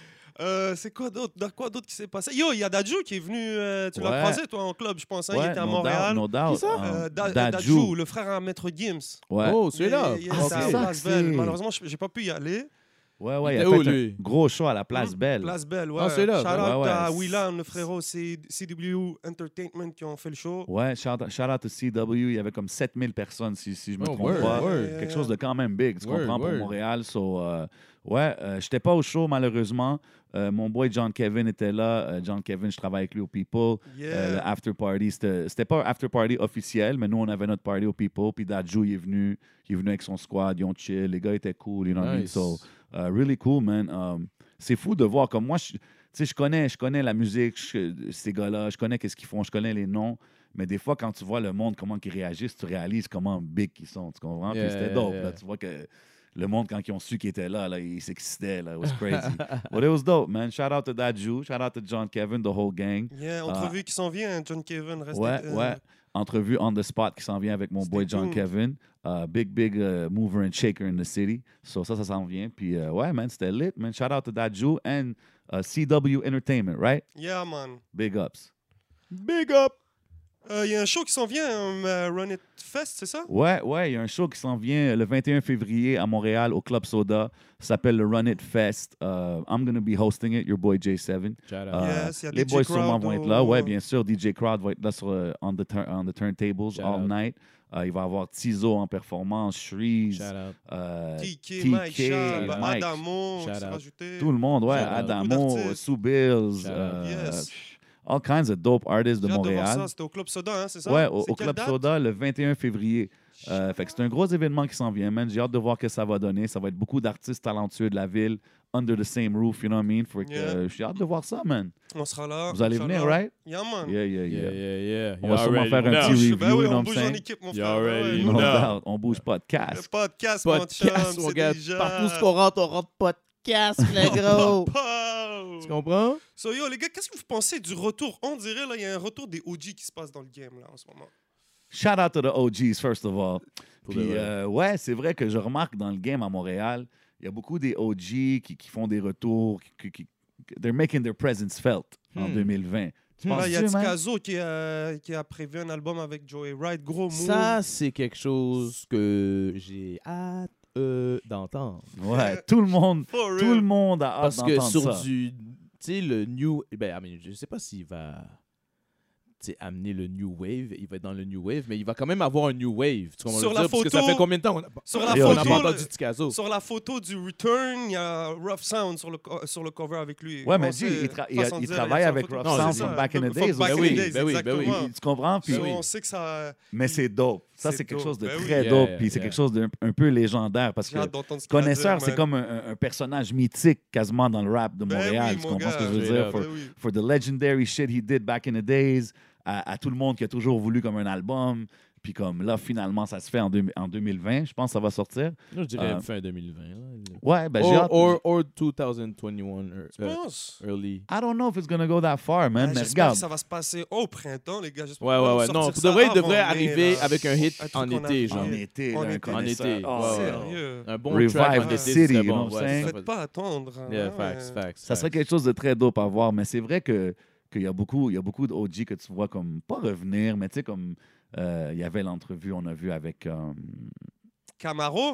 Euh, c'est quoi d'autre? Dans quoi d'autre qui s'est passé? Yo, il y a Dadju qui est venu. euh, tu l'as Ouais. croisé, toi, en club, je pense. Hein? il Ouais, était à no Montréal. doubt, no doubt. Qui ça? Um, Euh, Da- Dadju. Dadju, le frère à Maître Gims. Ouais. Oh, celui-là. Il- il- Ah, c'est c'est à ça Place que Belle. c'est. Malheureusement, je- j'ai pas pu y aller. Ouais, ouais, Il il a était où, fait lui? un gros show à la Place Hmm, Belle. Place Belle, ouais. Ah, c'est là. Shout out Ouais, ouais. à Willan, le frérot, c'est C W Entertainment qui ont fait le show. Ouais, shout, shout out to C W. Il y avait comme sept mille personnes, si, si je me Oh, trompe word, pas. word. Quelque chose de quand même big, tu Word, comprends, pour word. Montréal. So, euh, ouais, euh, j'étais pas au show, malheureusement. Euh, mon boy John Kevin était là. Euh, John Kevin, je travaille avec lui au People. Yeah. Euh, le after party, c'était c'était pas un after party officiel, mais nous, on avait notre party au People. Puis Dadju, il est venu. Il est venu avec son squad. Ils ont chill. Les gars étaient cool. You know what I mean? Nice. So, uh, really cool, man. Um, c'est fou de voir comme moi, je, tu sais, je connais, je connais la musique, je- ces gars-là, je connais qu'est-ce qu'ils font, je connais les noms. Mais des fois, quand tu vois le monde, comment ils réagissent, tu réalises comment big ils sont. Tu comprends? Yeah, Puis c'était dope. yeah. Là, tu vois que le monde, quand ils ont su qu'ils étaient là, là ils s'excitaient. Là. It was crazy. But it was dope, man. Shout out to Dadju. Shout out to John Kevin, the whole gang. Yeah, entrevue qui s'en vient, John Kevin. Restez, Ouais, euh, ouais. Entrevue on the spot qui s'en vient avec mon Stay boy John tuned. Kevin. Uh, big, big uh, mover and shaker in the city. So ça, ça s'en vient. Puis euh, ouais, man, c'était lit, man. Shout out to Dadju and uh, C W Entertainment, right? Yeah, man. Big ups. Big up. Euh, Il y a un show qui s'en vient, um, euh, Run It Fest, c'est ça? Ouais, ouais, il y a un show qui s'en vient le vingt et un février à Montréal au Club Soda. Ça s'appelle le Run It Fest. Uh, I'm going to be hosting it, your boy J seven. Shout out. Uh, Yes, il y a les D J boys sûrement Crowd vont au- être là. Ouais, bien sûr. D J Crowd va être là sur, euh, on, the tur- on the turntables Shout all out. night. Uh, il va y avoir Tizo en performance, Shreeze, Shout out. euh, T K, T Mike K, Shab, Mike, Adamo, Shout qui s'est out. rajouté. tout le monde, ouais. Shout out. Adamo, Beaucoup d'artistes. Sue Bills, Shout out. euh, Yes. all kinds of dope artists de J'ai hâte de voir Montréal. ça. C'était au Club Soda, hein, c'est ça? Ouais, au, C'est au quelle Club date? Soda le vingt et un février. Euh, fait que c'est un gros événement qui s'en vient, man. J'ai hâte de voir ce que ça va donner. Ça va être beaucoup d'artistes talentueux de la ville, under the same roof, you know what I mean? Fait que, Yeah. euh, j'ai hâte de voir ça, man. On sera là. Vous allez Inch'Allah. venir, right? Yeah, man. Yeah, yeah, Yeah, yeah. yeah, yeah. On You va sûrement already faire un know. petit review, Ben oui, you know on what I'm bouge en saying? équipe, mon You frère. already Ouais, No know. ouais. doubt. On bouge pas de Le casque. podcast, mon chum, Podcast, mon c'est gars. déjà... Partout où on rentre, on rentre podcast, le gros. Pow! Tu comprends? So, yo, les gars, qu'est-ce que vous pensez du retour? On dirait, là, il y a un retour des O G qui se passe dans le game, là, en ce moment. Shout out to the O Gs, first of all. Pour de Puis, vrai. euh, ouais, c'est vrai que je remarque dans le game à Montréal, il y a beaucoup des O G qui, qui font des retours, qui, qui, qui- they're making their presence felt en Hmm. deux mille vingt. Tu Hmm. Là, il y a penses-tu, man? Tikazo qui a, qui a prévu un album avec Joey Wright. Gros move. Ça, c'est quelque chose que j'ai hâte euh, d'entendre. Ouais, tout le monde, For tout le real. monde a hâte Parce que d'entendre sur ça. du. Tu sais, le new. Ben, I mean, je sais pas s'il va. Tu sais, amener le new wave. Il va être dans le new wave, mais il va quand même avoir un new wave. Tu comprends Sur ce que je veux la dire? Parce que ça photo- fait combien de temps qu'on a, sur la on n'a photo, pas le- entendu Tikazo? Sur la photo du Return, il y a Rough Sound sur le, co- sur le cover avec lui. Ouais, mais On Dieu, sait, il, tra- il- façon de il dire, travaille il y a avec sa Rough photo. Sound C'est from ça. back in the From days. back Ben in oui, the days, ben oui, ben oui. exactement. Tu comprends? Puis, So, oui. on sait que ça... mais c'est dope. Ça, C'est c'est quelque dope. chose de Ben oui. très Yeah, dope. yeah, Puis c'est yeah. quelque chose d'un un peu légendaire parce J'ai que hâte d'entendre ce qu'il va Connaisseur, dire, c'est man. comme un, un personnage mythique quasiment dans le rap de Ben Montréal. oui, tu mon comprends ce que gars. je veux Straight dire? up. For, Ben oui. for the legendary shit he did back in the days, à, à tout le monde qui a toujours voulu comme un album. Puis comme là, finalement, ça se fait en, deux- en deux mille vingt. Je pense que ça va sortir. Je dirais Euh, fin deux mille vingt. Là. Ouais, ben j'ai Or, hâte. or, or twenty twenty-one. er- Tu euh, penses? early. I don't know if it's gonna go that far, man. Ah, mais J'espère regarde. que ça va se passer au printemps, les gars. J'espère Ouais, qu'ils vont ouais, ouais. nous Non, sortir pour de vrai, ça il devrait avant mai, arriver là. avec un hit Un truc en qu'on a- été, genre. En été, En là, un été. connaisseur. En été, Oh, ouais, ouais. Sérieux. Un bon Revive track en the été, city, serait you bon. know what I'm Ouais, saying? ça Faites fait- pas attendre. hein, Yeah, ouais. facts, facts. Ça serait facts. quelque chose de très dope à voir, mais c'est vrai que qu'il y a beaucoup, il y a beaucoup d'O G que tu vois comme pas revenir, mais tu sais comme euh, il y avait l'entrevue on a vu avec euh, Camaro?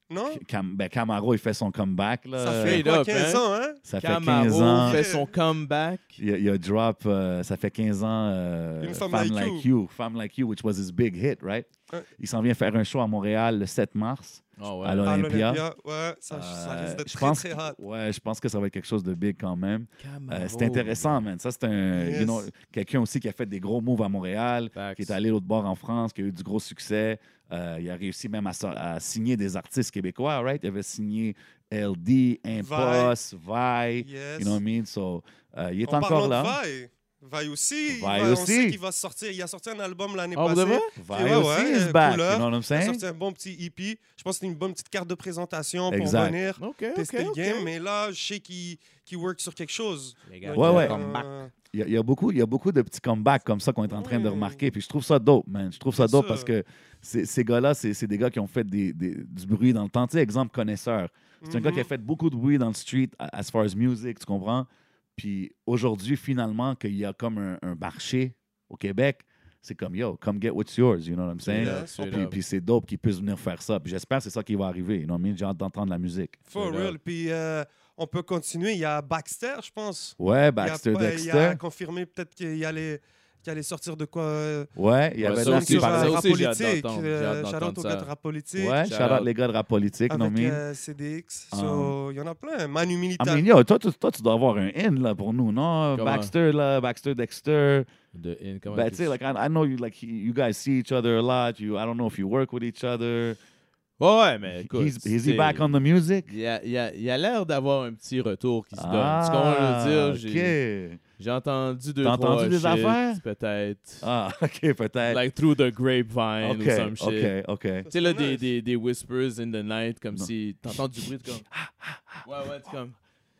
Non? Cam- ben, Camaro, il fait son comeback. Là. Ça fait straight quoi, up, quinze hein? ans, hein? Ça fait Camaro quinze ans. fait son comeback. Il a, il a drop, euh, ça fait quinze ans, euh, Une femme Femme like Like You. Femme Like You, which was his big hit, right? Ouais. Il s'en vient faire un show à Montréal le sept mars. Oh, À ouais. l'Olympia. À l'Olympia, ouais, ça, ça Euh, risque d'être je très, pense très que- hot. Ouais, je pense que ça va être quelque chose de big quand même. Camaro. Euh, c'est intéressant, man. Ça, c'est un, Yes. you know, quelqu'un aussi qui a fait des gros moves à Montréal, Facts. qui est allé l'autre bord en France, qui a eu du gros succès. Euh, il a réussi même à, so- à signer des artistes québécois, right? Il avait signé L D, Impost, Vi, Yes. you know what I mean? So, euh, il est En encore parlant là. de Vi, Vi aussi, Vi il va- on aussi. sait qu'il va sortir. Il a sorti un album l'année Oh, vous passée. de vrai? Vi Ouais, aussi ouais, is euh, back, couleur. you know what I'm Il a saying? sorti un bon petit E P. Je pense que c'est une bonne petite carte de présentation pour Exact. venir OK, tester OK, le OK. game. Mais là, je sais qu'il qu'il work sur quelque chose. Les gars, Ouais, ouais. comeback. Euh, Il y, a, il y a beaucoup, il y a beaucoup de petits comebacks comme ça qu'on est en train de Ouais. remarquer. Puis je trouve ça dope, man. Je trouve ça C'est dope ça. parce que c'est- ces gars-là, c'est c'est des gars qui ont fait des, des- du bruit dans le temps. Tu sais, exemple connaisseur. C'est un gars mhm. qui a fait beaucoup de bruit dans le street a- as far as music, tu comprends? Puis aujourd'hui, finalement, qu'il y a comme un, un marché au Québec, c'est comme, yo, come get what's yours, you know what I'm saying? Yeah, straight Puis, up. puis c'est dope qu'ils puissent venir faire ça. Puis j'espère que c'est ça qui va arriver. You know what I mean? J'ai hâte d'entendre la musique. For C'est real. là. Puis euh, on peut continuer. Il y a Baxter, je pense. Ouais, Baxter il a, pas- Dexter. Il a confirmé peut-être qu'il allait, qu'il allait sortir de quoi. euh, Ouais, il y Ouais, avait ça là aussi, qui sur ça parlait. euh, aussi, rap j'ai hâte politique. d'entendre, j'ai Euh, hâte shout out d'entendre aux ça. gars de rap politique. Ouais, Shout shout out out. les gars de rap politique, non Avec mais. euh, C D X. Um, So, il y en a plein. Manu I Militaire. mean, yo, toi, tu, toi, tu dois avoir un in là pour nous, non? Comment? Baxter, là, Baxter Dexter. De in, comment Ben, tu- tu sais, like, I, I know you, like, you guys see each other a lot. You, I don't know if you work with each other. Ouais, ouais, mais écoute. He's, is he c'est- back on the music? Il a, il a, il a l'air d'avoir un petit retour qui se donne. Ah, Tu comprends ce que je veux dire? J'ai- OK. J'ai entendu deux, T'as trois entendu des shit, affaires? peut-être. Ah, OK, peut-être. Like through the grapevine OK, ou some shit. OK, OK. Tu sais, là, des, Nice. des, des whispers in the night, comme Non. si t'entends du bruit, tu comme. Ouais, ouais, tu comme.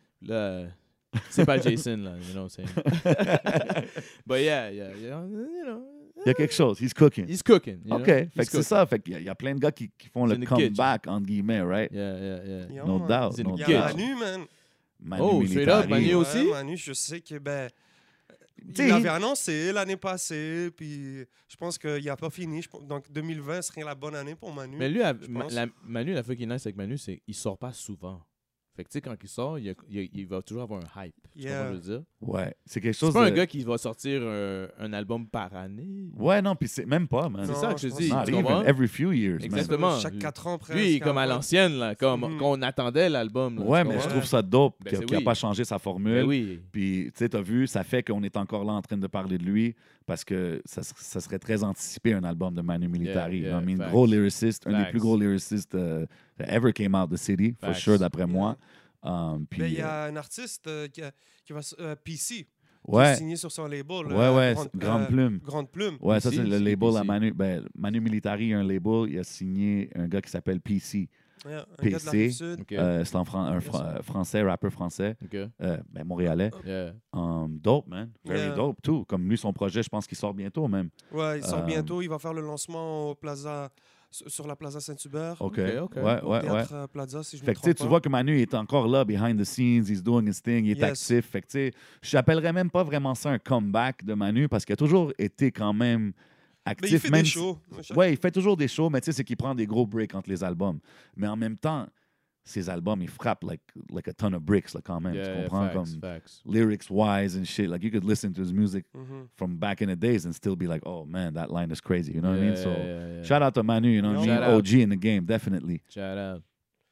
Là, c'est pas Jason, là, you know what I'm saying? But yeah, yeah, yeah, you know. Il y a quelque chose. He's cooking. He's cooking. You OK. know? Fait He's que c'est cooking. ça. Fait qu'il y, a- il y a plein de gars qui, qui font He's le in the kitchen. comeback, entre guillemets, right? Yeah, yeah, yeah. Yeah, No man. doubt, He's in no the Il y doubt. a kitchen. Manu, man. Manu Oh, straight Militari. up, Manu Ouais, aussi? Manu, je sais que ben, T'sais, il avait annoncé l'année passée, puis je pense qu'il n'a pas fini. Je pense- donc deux mille vingt serait la bonne année pour Manu. Mais lui, à- je Ma- pense. la, Manu, la fois qu'il est nice avec Manu, c'est qu'il sort pas souvent. Fait que tu sais, quand il sort, il, y a- il y a- il va toujours avoir un hype. Tu Yeah. comprends ce que je veux dire? Ouais. C'est quelque C'est chose pas un de- gars qui va sortir un, un album par année. Ouais, non, puis c'est même pas, man. C'est Non, ça que je je te pense dis. Not Tu even. comprends? Every few years, man. Exactement. Chaque quatre ans presque. Lui, comme à hein. l'ancienne, là, comme Mhm. qu'on attendait l'album. là, Ouais, tu mais je comprends? trouve ça dope Ben, qu'il c'est n'a oui. pas changé sa formule. Ben oui. Puis, tu sais, t'as vu, ça fait qu'on est encore là en train de parler de lui parce que ça, ser- ça serait très anticipé un album de Manu Militari. Yeah, you know what I yeah, mean? facts. Gros lyriciste, un des Facts. plus gros lyricistes euh, that ever came out the city, for Facts. sure, d'après moi. Um, puis, Ben, il y euh, a un artiste euh, qui, a- qui va s- euh, P C qui ouais, est signé sur son label. ouais, euh, ouais, Grande, c'est- Grande euh, Plume. Grande Plume. Ouais, ça, P C, c'est le c'est label P C. à Manu. Ben, Manu Militari, il a un label, il a signé un gars qui s'appelle P C. Ouais, un P gars de la C. Rive-Sud. OK. Euh, c'est en fran- un Yes, fra- sir. euh, français, rappeur français, OK. euh, ben, montréalais. Yeah. Um, dope, man. Very Yeah. dope, too. Comme lui, son projet, je pense qu'il sort bientôt, même. Ouais, il sort Euh, bientôt. Il va faire le lancement au Plaza, sur la Plaza Saint-Hubert. OK. OK, OK. Ouais, Au ouais, ouais. Théâtre euh, Plaza, si je Fait me que tu sais, trompe tu pas. vois que Manu est encore là, behind the scenes, he's doing his thing, il est Yes. actif. Fait que tu sais, j'appellerais même pas vraiment ça un comeback de Manu parce qu'il a toujours été quand même actif. Mais il fait même des si- shows. Ouais, il fait toujours des shows, mais tu sais, c'est qu'il prend des gros breaks entre les albums. Mais en même temps, ses albums, ils frappent like, like a ton of bricks, là, quand même. Yeah, tu yeah, comprends? facts, Comme facts. lyrics-wise and shit. Like, you could listen to his music Mhm. from back in the days and still be like, oh, man, that line is crazy. You know what I mean? Yeah, So, yeah, yeah. shout out to Manu, you know what I Shout mean? out. O G in the game, definitely. Shout out.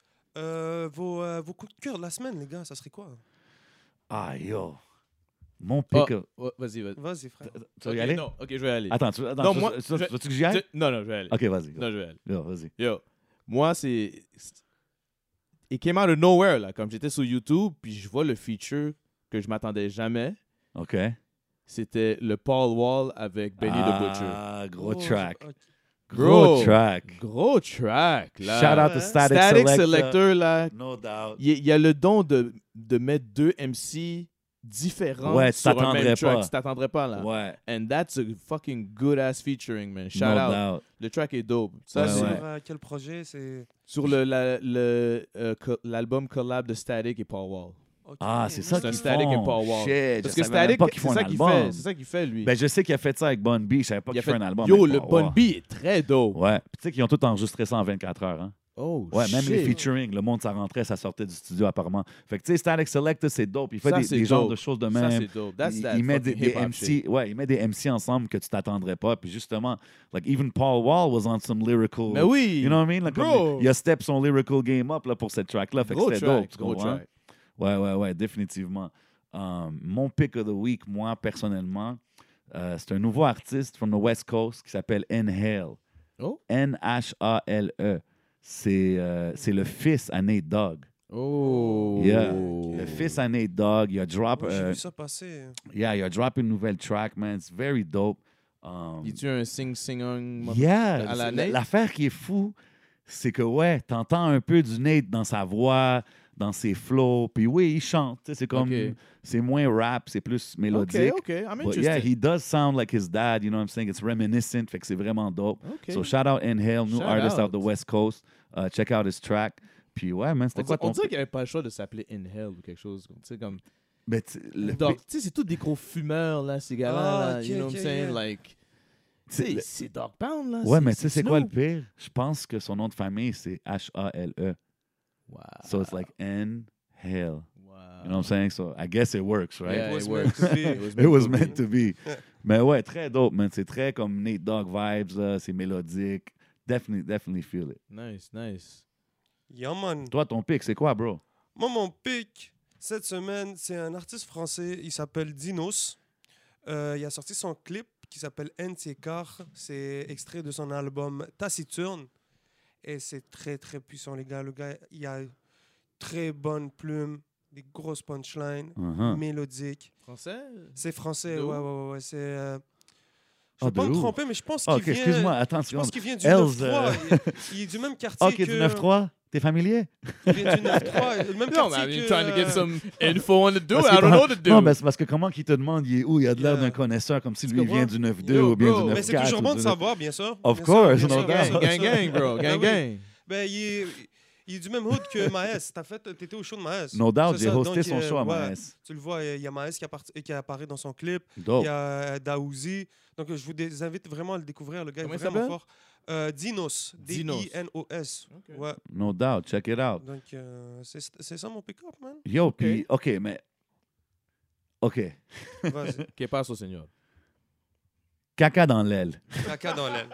Euh, vos, euh, vos coups de cœur de la semaine, les gars, ça serait quoi? Ah, yo. Mon Oh, pick up. oh, vas-y, vas-y. Vas-y, frère. Tu vas y Ok, aller? Non, ok, je vais aller. Attends, tu, attends, Non, tu- moi, tu- je- veux-tu que j'y aille? Tu- Non, non, je vais aller. OK, vas-y. go. Non, je vais aller. Yo, vas-y. Yo, moi, c'est. It came out of nowhere, là. Comme j'étais sur YouTube, puis je vois le feature que je m'attendais jamais. OK. C'était le Paul Wall avec Benny the Butcher. Ah, gros Oh, track. ok. Gros Bro. track. Gros track, là. Shout out to Ouais. Static, Static Selector. Selector, là. No doubt. Il y, il y a le don de, de mettre deux M C différents Ouais, tu sur un t'attendrais même track. pas. Tu t'attendrais pas, là. Ouais. And that's a fucking good ass featuring, man. Shout no out. doubt. Le track est dope. Ça, Ouais, c'est Sur ouais. euh, quel projet? C'est... sur le, la- le, euh, co- l'album collab de Static et Paul Wall. Ok, Ah, c'est ça C'est un qu'ils Static font. and Paul Wall. Shit, Parce je que savais même Static, pas qu'ils font c'est un ça qu'il album. fait. C'est ça qu'il fait, lui. Ben, je sais qu'il a fait ça avec Bun B. Je savais pas Il a qu'il fait fait- un album. Yo, avec le Paul Bun Wall. B est très dope. Ouais. Puis tu sais qu'ils ont tout enregistré ça en vingt-quatre heures. Hein? Oh, Ouais, même les shit. featuring, le monde, ça rentrait, ça sortait du studio apparemment. Fait que tu sais, Static Selector, c'est dope. Il fait Ça, des, c'est des genres dope. de choses de Ça, même. c'est dope. That's il, that il met des, fucking des hip-hop M shit. C, ouais, il met des M C ensemble que tu t'attendrais pas. Puis justement, like even Paul Wall was on some lyrical. Mais oui. You know what I mean? Like, Bro. comme, il a step son lyrical game up là, pour cette track-là. Fait que Gros c'était track, dope. Tu gros comprends? track. Ouais, ouais, ouais, définitivement. Um, mon pick of the week, moi, personnellement, euh, c'est un nouveau artiste from the West Coast qui s'appelle Inhale. Oh. N H A L E. C'est euh, c'est le fils à Nate Dogg. Oh. Yeah. Le fils à Nate Dogg. Il a drop, Ouais, j'ai euh, vu ça passer. yeah, il a drop une nouvelle track, man. It's very dope. Um, Il tu un sing-sing yeah. à la c'est- Nate? L'affaire qui est fou, c'est que, ouais, t'entends un peu du Nate dans sa voix, dans ses flows. Puis oui, il chante. tu sais, C'est comme... Ok. C'est moins rap, c'est plus OK, mélodique. OK. I'm But interested. yeah, he does sound like his dad, you know what I'm saying? It's reminiscent, fait que c'est vraiment dope. OK. So shout out Inhale, new Shout artist out. out the West Coast. Uh, check out his track. Puis ouais, man, c'était on quoi dirait, on ton... dirait qu'il n'y avait pas le choix de s'appeler Inhale ou quelque chose. Tu sais, comme... Mais tu- le- Donc, tu sais, c'est tous des gros fumeurs, là, ces gars-là. Ah, là, ok, you know ok, what I'm saying? yeah. Like, tu C'est sais, le- c'est Dog Pound, là. Ouais, mais tu sais, c'est quoi le Snoop. pire? Je pense que son nom de famille, c'est H A L E. Wow. So it's like Inhale. Wow. You know what I'm saying? So I guess it works, right? Yeah, It was it meant works. to be. It It was to meant be. to be. Mais ouais, très dope, man. C'est très comme Nate Dogg vibes, là. C'est mélodique. Definitely, definitely feel it. Nice, nice. Yeah, man. Toi, ton pic, c'est quoi, bro? Moi, mon pic cette semaine, c'est un artiste français. Il s'appelle Dinos. Euh, il a sorti son clip qui s'appelle N T Car. C'est extrait de son album Taciturne. Et c'est très, très puissant, les gars. Le gars, il a très bonne plume, des grosses punchlines, Uh-huh. mélodiques. Français? C'est français, De ouais, où? ouais, ouais, ouais. C'est, euh, je Ah, ne vais pas de me où? tromper, mais je pense Ah, qu'il ok, vient... excuse-moi, attends une Je pense seconde. qu'il vient du Hells, neuf trois. euh, Il, il est du même quartier Ok, que... du neuf trois? T'es familier? Il vient du neuf trois. Le même No, quartier man, you're que... trying to get euh, some info on the dude. Parce I que don't quand- know the dude. Non, mais c'est parce que comment qu'il te demande, il est où? Il a de l'air Yeah. d'un connaisseur, comme si Tu lui, il comprends? vient du neuf deux Yo, ou bien bro. du neuf quatre. Mais c'est toujours ou bon du de neuf- savoir, bien sûr. Of Bien course, sûr, bien no sûr, doubt. bien sûr, gang, bien gang, sûr. gang, bro. Ben Gang, oui. gang. Ben, il est, il est du même hood que Maes. T'as fait, t'étais au show de Maes. No doubt, C'est j'ai ça, hosté donc, son euh, show à ouais, Maes. Tu le vois, il y a Maes qui, appart- qui apparaît dans son clip. Dope. Il y a euh, Daouzi. Donc, je vous dé- invite vraiment à le découvrir. Le gars Comment est il vraiment s'appelle? fort. Euh, Dinos. Dinos. D I N O S. Ok. Ouais. No doubt, check it out. Donc, euh, c'est c'est ça mon pick-up, man. Yo, puis, OK, mais... OK. Vas-y. Que passe au Seigneur? Caca dans l'aile. Caca dans l'aile.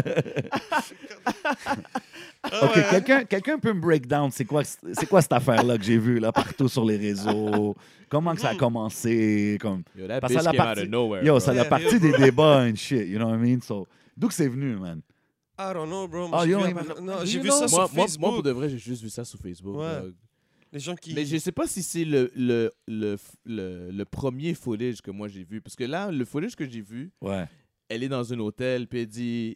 OK, quelqu'un quelqu'un peut me break down c'est quoi, c'est quoi cette affaire-là que j'ai vue là, partout sur les réseaux? Comment que ça a commencé? Comme... Yo, that Parce que bitch ça l'a came out parti- of nowhere. Yo, bro. ça a Yeah, partie yeah, des bro. débats and shit, you know what I mean? So, d'où que c'est venu, man? I don't know, bro. Ah, Moi, j'ai yo, vu, il m'a- non, Do j'ai you vu know? ça Moi, sur moi, Facebook. moi, pour de vrai, j'ai juste vu ça sur Facebook. Ouais. dog. Les gens qui... Mais je sais pas si c'est le, le, le, le, le premier footage que moi j'ai vu. Parce que là, le footage que j'ai vu, Ouais. elle est dans un hôtel, puis elle dit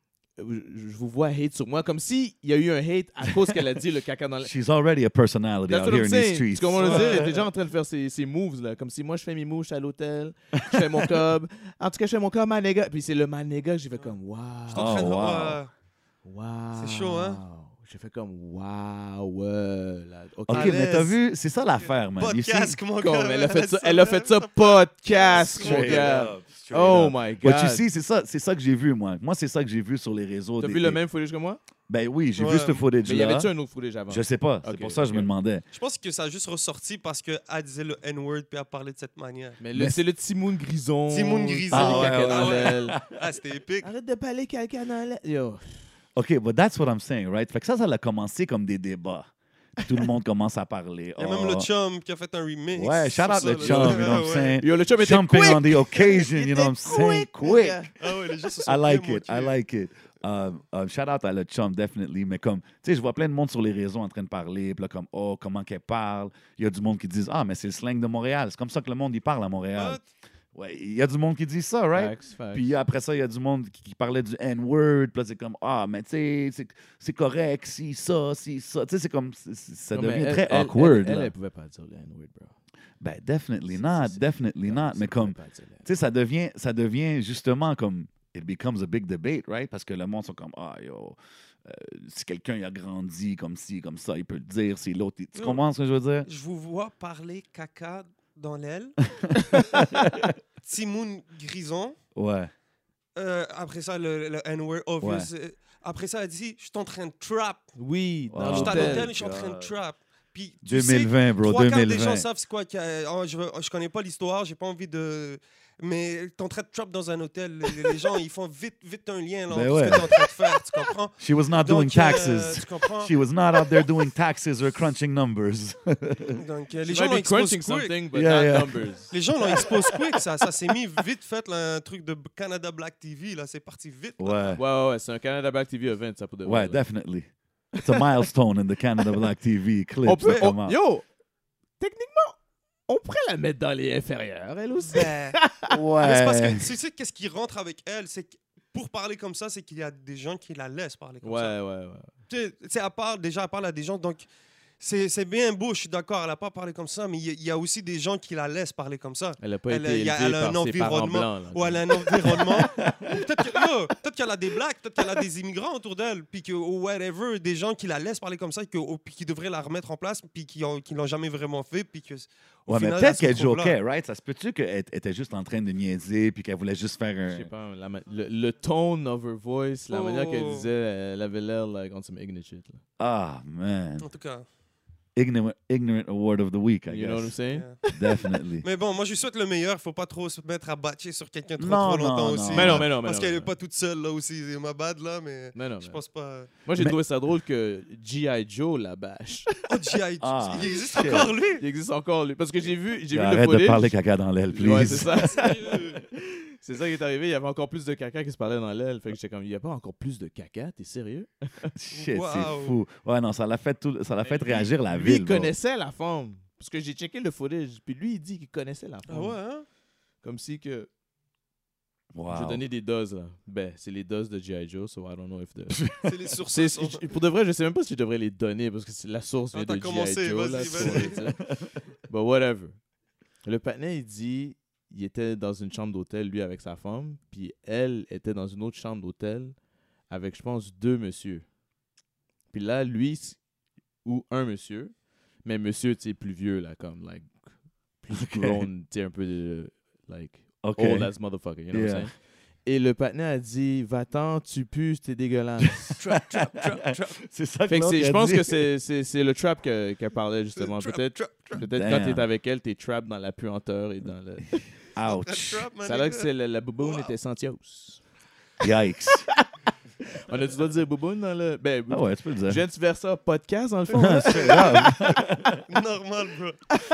je, je vous vois hate sur moi. Comme s'il y a eu un hate à cause qu'elle a dit le caca dans la. She's already a personality That's out what here I'm in these saying. streets. Tu comprends ce que je veux dire? Elle est Ouais. déjà en train de faire ses, ses moves, là. Comme si moi, je fais mes moves, je suis à l'hôtel, je fais mon cob. En tout cas, je fais mon cob, my nigga. Puis c'est le my nigga que j'ai fait comme, wow. Je suis en train de Oh, wow. voir, Wow. C'est chaud, hein? J'ai fait comme, wow. Ouais, là. OK. OK, À mais l'aise. t'as vu, c'est ça l'affaire, man. You see- podcast, mon Comme, gars. elle a fait ça, elle a fait ça podcast, mon Straight gars. up, straight Oh up. my But God. you see, c'est ça, c'est ça que j'ai vu, moi. Moi, c'est ça que j'ai vu sur les réseaux. T'as des- vu le des- même footage que moi? Ben oui, j'ai Ouais. vu ce Mais y footage-là. avait-tu un autre footage avant? Je sais pas. C'est Ok, pour ça que je ok. me demandais. Je pense que ça a juste ressorti parce qu'elle disait le N-word puis elle parlait de cette manière. Mais le- c'est le Timoun Grison. Timoun Grison. Parler Ah ouais, caca ouais, dans ouais. l'aile. Ah, c'était épique. Arrête de parler quelqu'un dans l'aile. Yo. OK, but that's what I'm saying, right? Fait que ça, ça a commencé comme des débats. Puis tout le monde commence à parler. Il y a Oh. même le chum qui a fait un remix. Ouais, shout sur out ça, le là. chum, you know what I'm Ouais. saying? Yo, le chum était Jumping quick. on the occasion, Il you know what I'm était saying? quick, mon Quick. gars. Ah ouais, les gens se sont I like bien it, I moqués. like it. Um, um, shout out à le chum, definitely. Mais comme, tu sais, je vois plein de monde sur les réseaux en train de parler. Puis là, comme, oh, comment qu'elle parle. Il y a du monde qui dit, ah, mais c'est le slang de Montréal. C'est comme ça que le monde, il parle à Montréal. What? Ouais, il y a du monde qui dit ça, right? Facts, facts. Puis après ça, il y a du monde qui, qui parlait du N-word. Puis là, c'est comme, ah, mais tu sais, c'est- c'est correct, si ça, si ça. Tu sais, c'est comme, c'est- c'est- ça Non, mais devient elle- très elle- awkward. Elle, elle, là. elle pouvait pas dire le N-word, bro. Ben, definitely C'est- not, c'est- definitely Non, not. ça Mais pouvait comme, pas dire le tu sais, ça devient, ça devient justement comme, it becomes a big debate, right? Parce que le monde sont comme, ah, yo, euh, si quelqu'un il a grandi comme ci, comme ça, il peut le dire. Si l'autre, il- tu Yo. comprends ce que je veux dire? Je vous vois parler caca dans l'aile. Timoun Grison. Ouais. Euh, après ça, le, le N-word, obvious. Euh, Après ça, elle dit, je suis en train de trap. Oui, dans Wow. Je suis à l'hôtel. l'hôtel et je suis en train de God. trap. Puis, tu deux mille vingt, sais, bro, trois quarts des deux mille vingt. gens savent c'est quoi. qu'il y a- oh, je, veux- je connais pas l'histoire, j'ai pas envie de... Mais t'es en train de trap dans un hôtel. Les, les gens, ils font vite, vite un lien là, Ben entre ouais. ce que t'es en train de faire, tu comprends? She was not doing Donc, euh, taxes. tu comprends? She was not out there doing taxes or crunching numbers. Donc, euh, les She gens might l'ont be exposé crunching quick. something, but Yeah, not yeah. numbers. Les gens l'ont exposé quick, ça, ça s'est mis vite fait, là, un truc de Canada Black T V, là, c'est parti vite. là. Ouais. Ouais, ouais, ouais, c'est un Canada Black T V event, ça pour de vrai, Ouais, là. definitely. It's a milestone in the Canada Black T V clip. On peut, ça on- commence. yo, techniquement, on pourrait la mettre dans les inférieurs, elle aussi. Ben, mais c'est parce Ouais. que tu sais qu'est-ce qui rentre avec elle, c'est que pour parler comme ça, c'est qu'il y a des gens qui la laissent parler comme Ouais, ça. ouais, ouais. Tu sais, tu sais, à part, déjà, à part là, des gens, donc c'est c'est bien beau, je suis d'accord, elle n'a pas parlé comme ça, mais il y, a- il y a aussi des gens qui la laissent parler comme ça. Elle a pas Elle a- été il y a- élevée elle a un par ses parents environnement. blancs. Là, Ou elle a un environnement. Ou peut-être que- yo, peut-être qu'elle a des blacks, peut-être qu'elle a des immigrants autour d'elle, puis que ou whatever, des gens qui la laissent parler comme ça, que, ou- puis qui devraient la remettre en place, puis qui ont- qui l'ont jamais vraiment fait, puis que au Ouais, mais final, peut-être elle se qu'elle retrouve là. joquait, right? Ça se peut-tu qu'elle était juste en train de niaiser puis qu'elle voulait juste faire Je un. sais pas, la ma- le, le tone of her voice, la Oh. manière qu'elle disait, elle avait l'air like on some ignorant shit. Là. Ah, man. En tout cas. Ignorant, ignorant award of the week, I You know what I'm guess. saying? yeah. Definitely. Mais bon, moi je lui souhaite le meilleur. Faut pas trop se mettre à batcher sur quelqu'un trop, Non, trop non, longtemps non. aussi. Mais non, mais non, mais Parce non, qu'elle mais est non. pas toute seule là aussi. C'est ma bad là, mais Mais non, je mais- pense pas. Moi, j'ai Mais- trouvé ça drôle que G I. Joe la bâche. Oh, G I. Ah, il existe shit. encore lui. Il existe encore, lui. Parce que j'ai vu, j'ai vu le Arrête de footage. parler caca dans l'aile, please. Ouais, c'est ça. Sérieux. C'est ça qui est arrivé. Il y avait encore plus de caca qui se parlait dans l'aile. Fait que j'étais comme, il n'y a pas encore plus de caca? T'es sérieux? Shit, Wow. c'est fou. Ouais, non, ça l'a fait, tout, ça l'a fait Lui- réagir la Lui, ville. il bro. connaissait la femme. Parce que j'ai checké le footage. Puis lui, il dit qu'il connaissait la femme. Ah ouais, hein? Comme si que. Wow. Je vais donner des doses, là. Ben, c'est les doses de G I. Joe, so I don't know if the... C'est les sources. C'est- c'est- pour de vrai, je sais même pas si je devrais les donner parce que c'est- la source Ah, vient t'as de commencé, G I. Joe. vas-y, là, vas-y. tu sais. But whatever. Le patinet, il dit il était dans une chambre d'hôtel, lui, avec sa femme, puis elle était dans une autre chambre d'hôtel avec, je pense, deux messieurs. Puis là, lui, c- ou un monsieur, mais monsieur, tu sais, plus vieux, là, comme, like, plus Ok. grown, tu sais, un peu, de, like, OK. old as motherfucker, you know what Yeah. I'm saying? Et le patinet a dit, va-t'en, tu pues, t'es dégueulasse. Trap, trap, trap, trap. C'est ça que, Fait que l'autre, c'est- il a je pense dit. que c'est- c'est c'est le trap que- qu'elle parlait justement. Trap, Peut-être trap, trap. peut-être Damn. quand t'es avec elle, t'es trap dans la puanteur et dans le. Ouch. Trap, man, Ça a l'air que nigga. c'est la, la bouboune Wow. était Santios. Yikes. On a-tu le droit de dire bouboune dans le. Ben, Ah ouais, tu peux le dire. je viens de faire ça podcast dans le fond. hein? C'est grave. Normal, bro.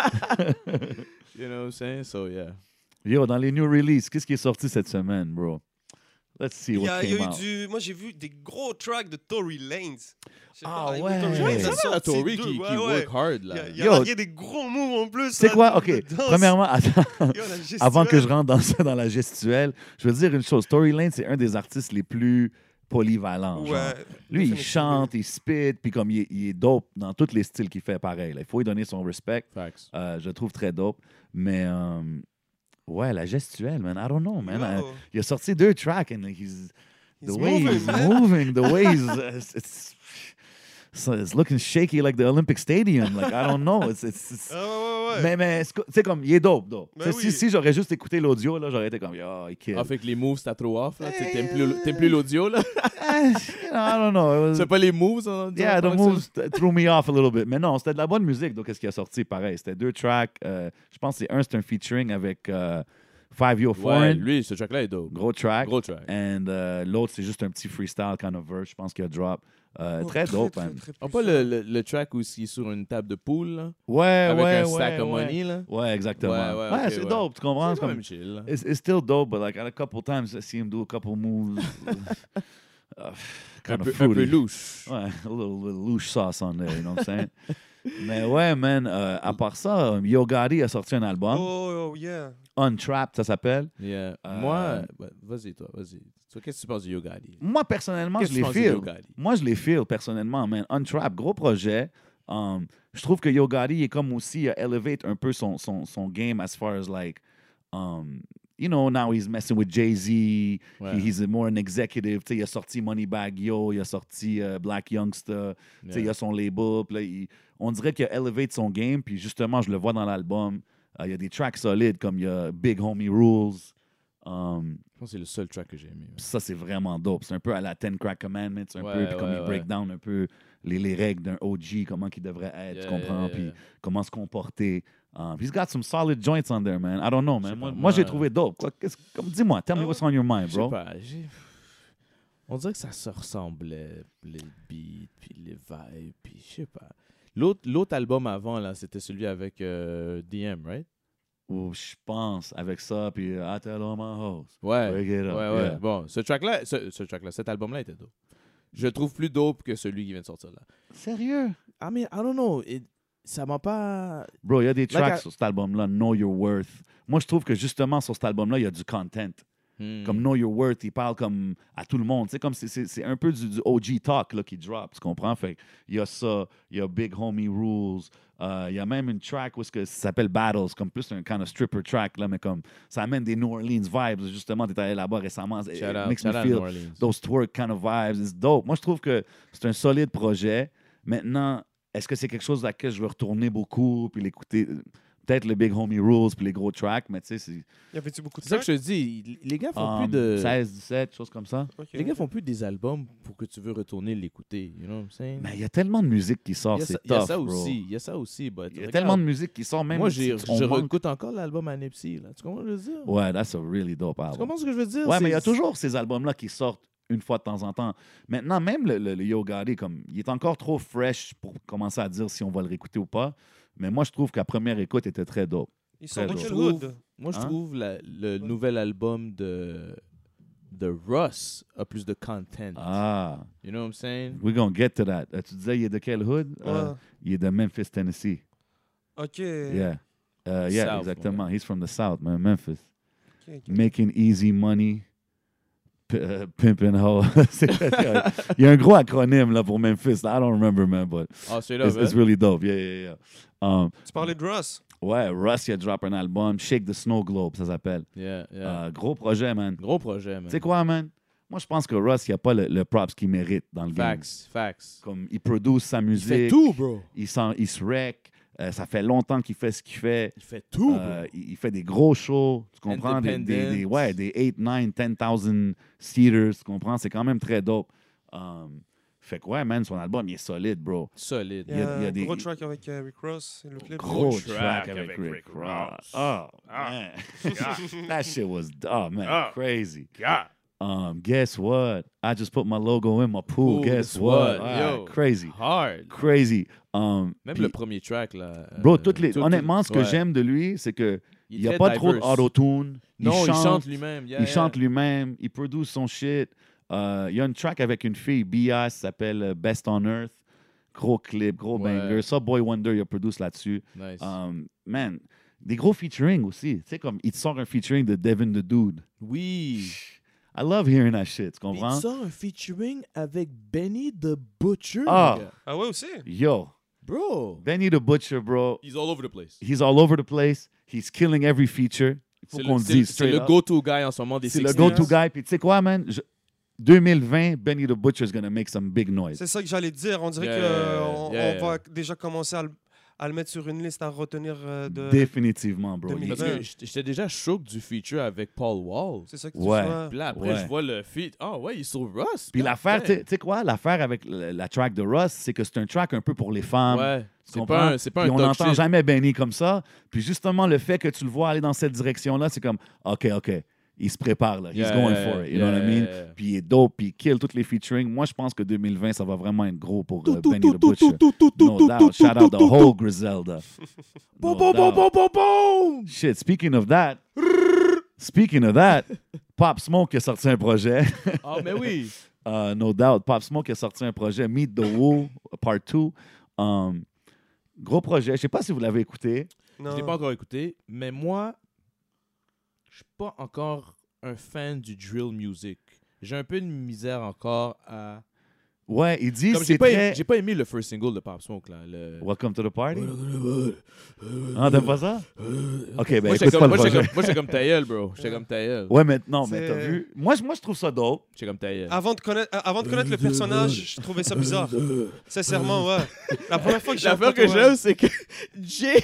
You know what I'm saying? So yeah. Yo, dans les new releases, qu'est-ce qui est sorti cette semaine, bro? Let's see Il y what a, il y a came eu out. du. Moi, j'ai vu des gros tracks de Tory Lanez. Je sais Ah pas, ouais. comme je Ouais, vois, Ça ça va, sorti Tory deux, qui, ouais, qui ouais. work hard Il y là. a, il y a Yo. largué des gros moves en plus. C'est là, quoi? de- OK. de danse. Premièrement, attends. Yo, la gestuelle. Avant que je rentre dans ça, dans la gestuelle, je veux dire une chose. Tory Lanez, c'est un des artistes les plus polyvalents. genre. Ouais. Lui, il définitivement. chante, il spit, puis comme il est, il est dope dans tous les styles qu'il fait, pareil. là. Il faut lui donner son respect. Facts. Euh, je le trouve très dope. Mais, euh, ouais, la gestuelle, man, I don't know, man. Euh, Yo. il a sorti deux tracks, and he's... The He's way moving, he's man. moving, the way he's... uh, it's, it's, so it's looking shaky like the Olympic Stadium. Like, I don't know. It's, it's, it's- Ah ouais, ouais, ouais. Mais, mais tu sais, comme, il est dope, dope. Ben Tu sais, oui. Si, si j'aurais juste écouté l'audio, là, j'aurais été comme, yo, il kill. Ah, fait que les moves, c'était trop off là. T'aimes t'aimes plus, t'aimes plus l'audio là. Eh, you know, I don't know. It was- C'est pas les moves. On dit Yeah, en the tant que ça? moves t- threw me off a little bit. Mais non, c'était de la bonne musique. Donc, qu'est-ce qui a sorti? Pareil, c'était deux tracks. euh, je pense que c'est un, c'est un featuring avec euh, Five Yo Ouais, Foreign. lui, ce track là est dope. Gros track. Gros track. And euh, l'autre, c'est juste un petit freestyle kind of verse. Je pense qu'il a drop. Euh, Oh, très dope, man. très Ah, pas le, le, le track où il est sur une table de poule là, Ouais, avec ouais, un ouais. stack of ouais. money là. Ouais, exactement. Ouais, ouais, ok, c'est ouais. dope, tu comprends? C'est C'est quand comme- même chill. là. It's, it's still dope, but like a couple times I see him do a couple moves. uh, Un kind peu, of un peu fruity. louche. Ouais, a little, little louche sauce on there, you know what I'm saying? Mais ouais, man, euh, à part ça, Yo Gotti a sorti un album, Oh, oh, yeah. Untrapped, ça s'appelle. Yeah. Euh, Moi, ouais, vas-y, toi, vas-y. Toi, qu'est-ce que tu penses de Yo Gotti? Moi, personnellement, Qu'est-ce je que tu les penses de feel. Yo Gotti? Moi, je les feel, personnellement, man. Untrapped, gros projet. Um, je trouve que Yo Gotti est comme aussi, uh, elevate un peu son, son, son game as far as like, um, you know, now he's messing with Jay-Z. Ouais. He- he's more an executive. Tu sais, il a sorti Moneybag Yo, il a sorti uh, Black Youngster. Tu sais, il Yeah. a son label. Puis là, il- on dirait qu'il a elevate son game. Puis justement, je le vois dans l'album. Euh, il y a des tracks solides comme il y a Big Homie Rules. Um, Je pense que c'est le seul track que j'ai aimé. Ouais. ça, c'est vraiment dope. C'est un peu à la Ten Crack Commandments, un Ouais, peu, puis comme ouais, il ouais. break down un peu les, les règles d'un O G, comment il devrait être, tu Yeah, comprends, yeah, puis yeah. comment se comporter. Um, he's got some solid joints on there, man. I don't know, Je sais man. Moi, pas, moi moi, j'ai trouvé dope. Quoi, qu'est-ce- comme, dis-moi, tell me Ah what's on your mind, Je sais bro. pas. j'ai- On dirait que ça se ressemblait, les beats, puis les vibes, puis je sais pas. L'autre, l'autre album avant, là, c'était celui avec euh, D M, right? Ou je pense, avec ça, puis uh, I tell all my hoes. Ouais. Break it Ouais, up, ouais. yeah. Bon, ce track-là, ce, ce track-là, cet album-là était dope. Je le trouve plus dope que celui qui vient de sortir là. Sérieux? I mean, I don't know. It- ça m'a pas... Bro, il y a des Like tracks I- sur cet album-là, Know Your Worth. Moi, je trouve que justement, sur cet album-là, il y a du content. Hmm. Comme Know Your Worth, il parle comme à tout le monde. Tu sais, comme c'est, c'est, c'est un peu du, du O G talk là, qui drop, tu comprends? Fait il y a ça, il y a Big Homie Rules, euh, il y a même une track où ce que ça s'appelle Battles, comme plus un kind of stripper track, là, mais comme ça amène des New Orleans vibes. Justement, tu es allé là-bas récemment. It Shout out, makes shout me out feel New Orleans. those twerk kind of vibes. It's dope. Moi, je trouve que c'est un solide projet. Maintenant, est-ce que c'est quelque chose à laquelle je veux retourner beaucoup puis l'écouter? Peut-être le Big Homie Rules puis les gros tracks, mais tu sais, c'est Y avait-tu beaucoup de C'est ça que tracks? je te dis. Les gars font um, plus de... seize, dix-sept, choses comme ça. Ok. Les gars font plus des albums pour que tu veux retourner l'écouter. You know what I'm saying? Mais il y a tellement de musique qui sort, il y a c'est ça, il y a tough, ça bro. aussi. Il y a ça aussi. But Il y a regarde, tellement de musique qui sort, même Moi, si j'ai- on je manque- réécoute encore l'album à Nipsey. Là. Tu comprends ce que je veux dire? Ouais, that's a really dope Tu album. comprends ce que je veux dire? Ouais, mais il y a C'est- toujours ces albums-là qui sortent une fois de temps en temps. Maintenant, même le, le, le Yo Gotti, comme, il est encore trop fresh pour commencer à dire si on va le réécouter ou pas. Mais moi, je trouve qu'à première écoute, il était très dope. Ils sont dans Très quel dope. hood? Moi, je Hein? trouve la- le nouvel album de, de Russ a plus de content. Ah, You know what I'm saying? we're gonna get to that. Euh, tu disais, il est de quel hood? Euh, Ouais. il est de Memphis, Tennessee. Ok. Yeah. Uh, yeah, South, exactement. He's from the South, man, Memphis. Ok, ok. Making easy money. P- uh, pimping hoe. C'est- il y a un gros acronyme là, pour Memphis. I don't remember, man, but Ah, c'est là, it's, it's really dope. Yeah, yeah, yeah. Um, Tu parlais de Russ? ouais, Russ, il a drop un album. Shake the Snow Globe, ça s'appelle. Yeah, yeah. Euh, gros projet, man. Gros projet, man. Tu sais quoi, man? Moi, je pense que Russ, il n'a pas le, le props qu'il mérite dans le game. Facts, facts. Comme il produit sa Il musique. fait tout, bro. Il, s'en- il se wreck. Euh, ça fait longtemps qu'il fait ce qu'il fait. Il fait tout, bro. Euh, il, il fait des gros shows, tu comprends? Des, des, des, Independent. ouais, des huit, neuf, dix thousand seaters, tu comprends? C'est quand même très dope. Um, fait que ouais, man, son album, il est solide, bro. Solide. Il y a, il y a un des- gros track avec euh, Rick Ross. et Le clip. Gros track track avec avec Rick Rick Ross. Ross. Oh, man. That shit was, oh, man, Ah. crazy. God. Um, guess what? I just put my logo in my pool. Pool, guess guess what? what? Ah, Yo. crazy. Hard. Crazy. Um, Même puis- le premier track, là. Bro, euh, toutes les, tout- honnêtement, ce que ouais. j'aime de lui, c'est que Il il n'y a est pas très trop diverse. d'autotune. Non, il chante, chante lui-même. Yeah, il yeah. chante lui-même, il produit son shit. Euh, il y a une track avec une fille, B I, ça s'appelle euh, Best on Earth. Gros clip, gros Ouais. banger. Ça, Boy Wonder, il a produit là-dessus. Nice. Um, man, des gros featuring aussi. Tu sais, comme il te sort un featuring de Devin the Dude. Oui. I love hearing that shit, tu Il comprends? sort un featuring avec Benny the Butcher. Ah. mon gars. Ah ouais, aussi? Yo, Bro. Benny the Butcher, bro. He's all over the place. He's all over the place. He's killing every feature. Il faut C'est qu'on le, le c'est- dise c'est straight le up. go-to guy en ce moment des C'est le sixties. go-to guy. Puis tu sais quoi, man? Je- deux mille vingt, Benny the Butcher is gonna make some big noise. C'est ça que j'allais dire. On dirait Yeah, qu'on yeah, on va yeah. déjà commencer à le, à le mettre sur une liste à retenir euh, de. Définitivement, bro. deux mille Il- Parce vingt. que j'étais j'étais déjà choqué du feature avec Paul Wall. C'est ça que Ouais. tu vois. Puis là, après, Ouais. je vois le feat. Ah ouais, il est sur Russ. Puis God l'affaire, tu damn. sais tu sais quoi? L'affaire avec la, la track de Russ, c'est que c'est un track un peu pour les femmes. Ouais. Tu C'est comprends? pas un, c'est pas Puis un on dog n'entend shit. jamais Benny comme ça. Puis justement, le fait que tu le vois aller dans cette direction-là, c'est comme, OK, OK, il se prépare, là. He's Yeah, going yeah, for it. You know what I yeah, mean? yeah, yeah. Puis il est dope, puis il kill toutes les featuring. Moi, je pense que deux mille vingt, ça va vraiment être gros pour euh, Benny the Butcher. No doubt. Shout out the whole Griselda. No Boom, boom, boom, doubt. boom, boom, boom. Shit, speaking of that, speaking of that, Pop Smoke a sorti un projet. Ah, mais oui. Uh, no doubt. Pop Smoke a sorti un projet, Meet the Woo, Part deux. Um, gros projet. Je sais pas si vous l'avez écouté. Non. Je l'ai pas encore écouté, mais moi, je suis pas encore un fan du drill music. J'ai un peu de misère encore à Ouais, il dit Comme c'est j'ai pas, très... aimé, j'ai pas aimé le first single de Pop Smoke, là. Le... Welcome to the party. Ah, t'aimes pas ça? OK, ben moi, écoute j'étais pas comme, le moi, j'étais projet. comme, moi, j'étais comme ta gueule, bro. J'étais comme ta gueule. Ouais, mais non, mais C'est- t'as vu? Moi, je- moi, je trouve ça dope. J'étais comme ta gueule. Avant de connaître, euh, avant de connaître le personnage, je trouvais ça bizarre. Sincèrement, ouais. La première fois que j'ai L'affaire que entendu- j'aime, c'est que Jay,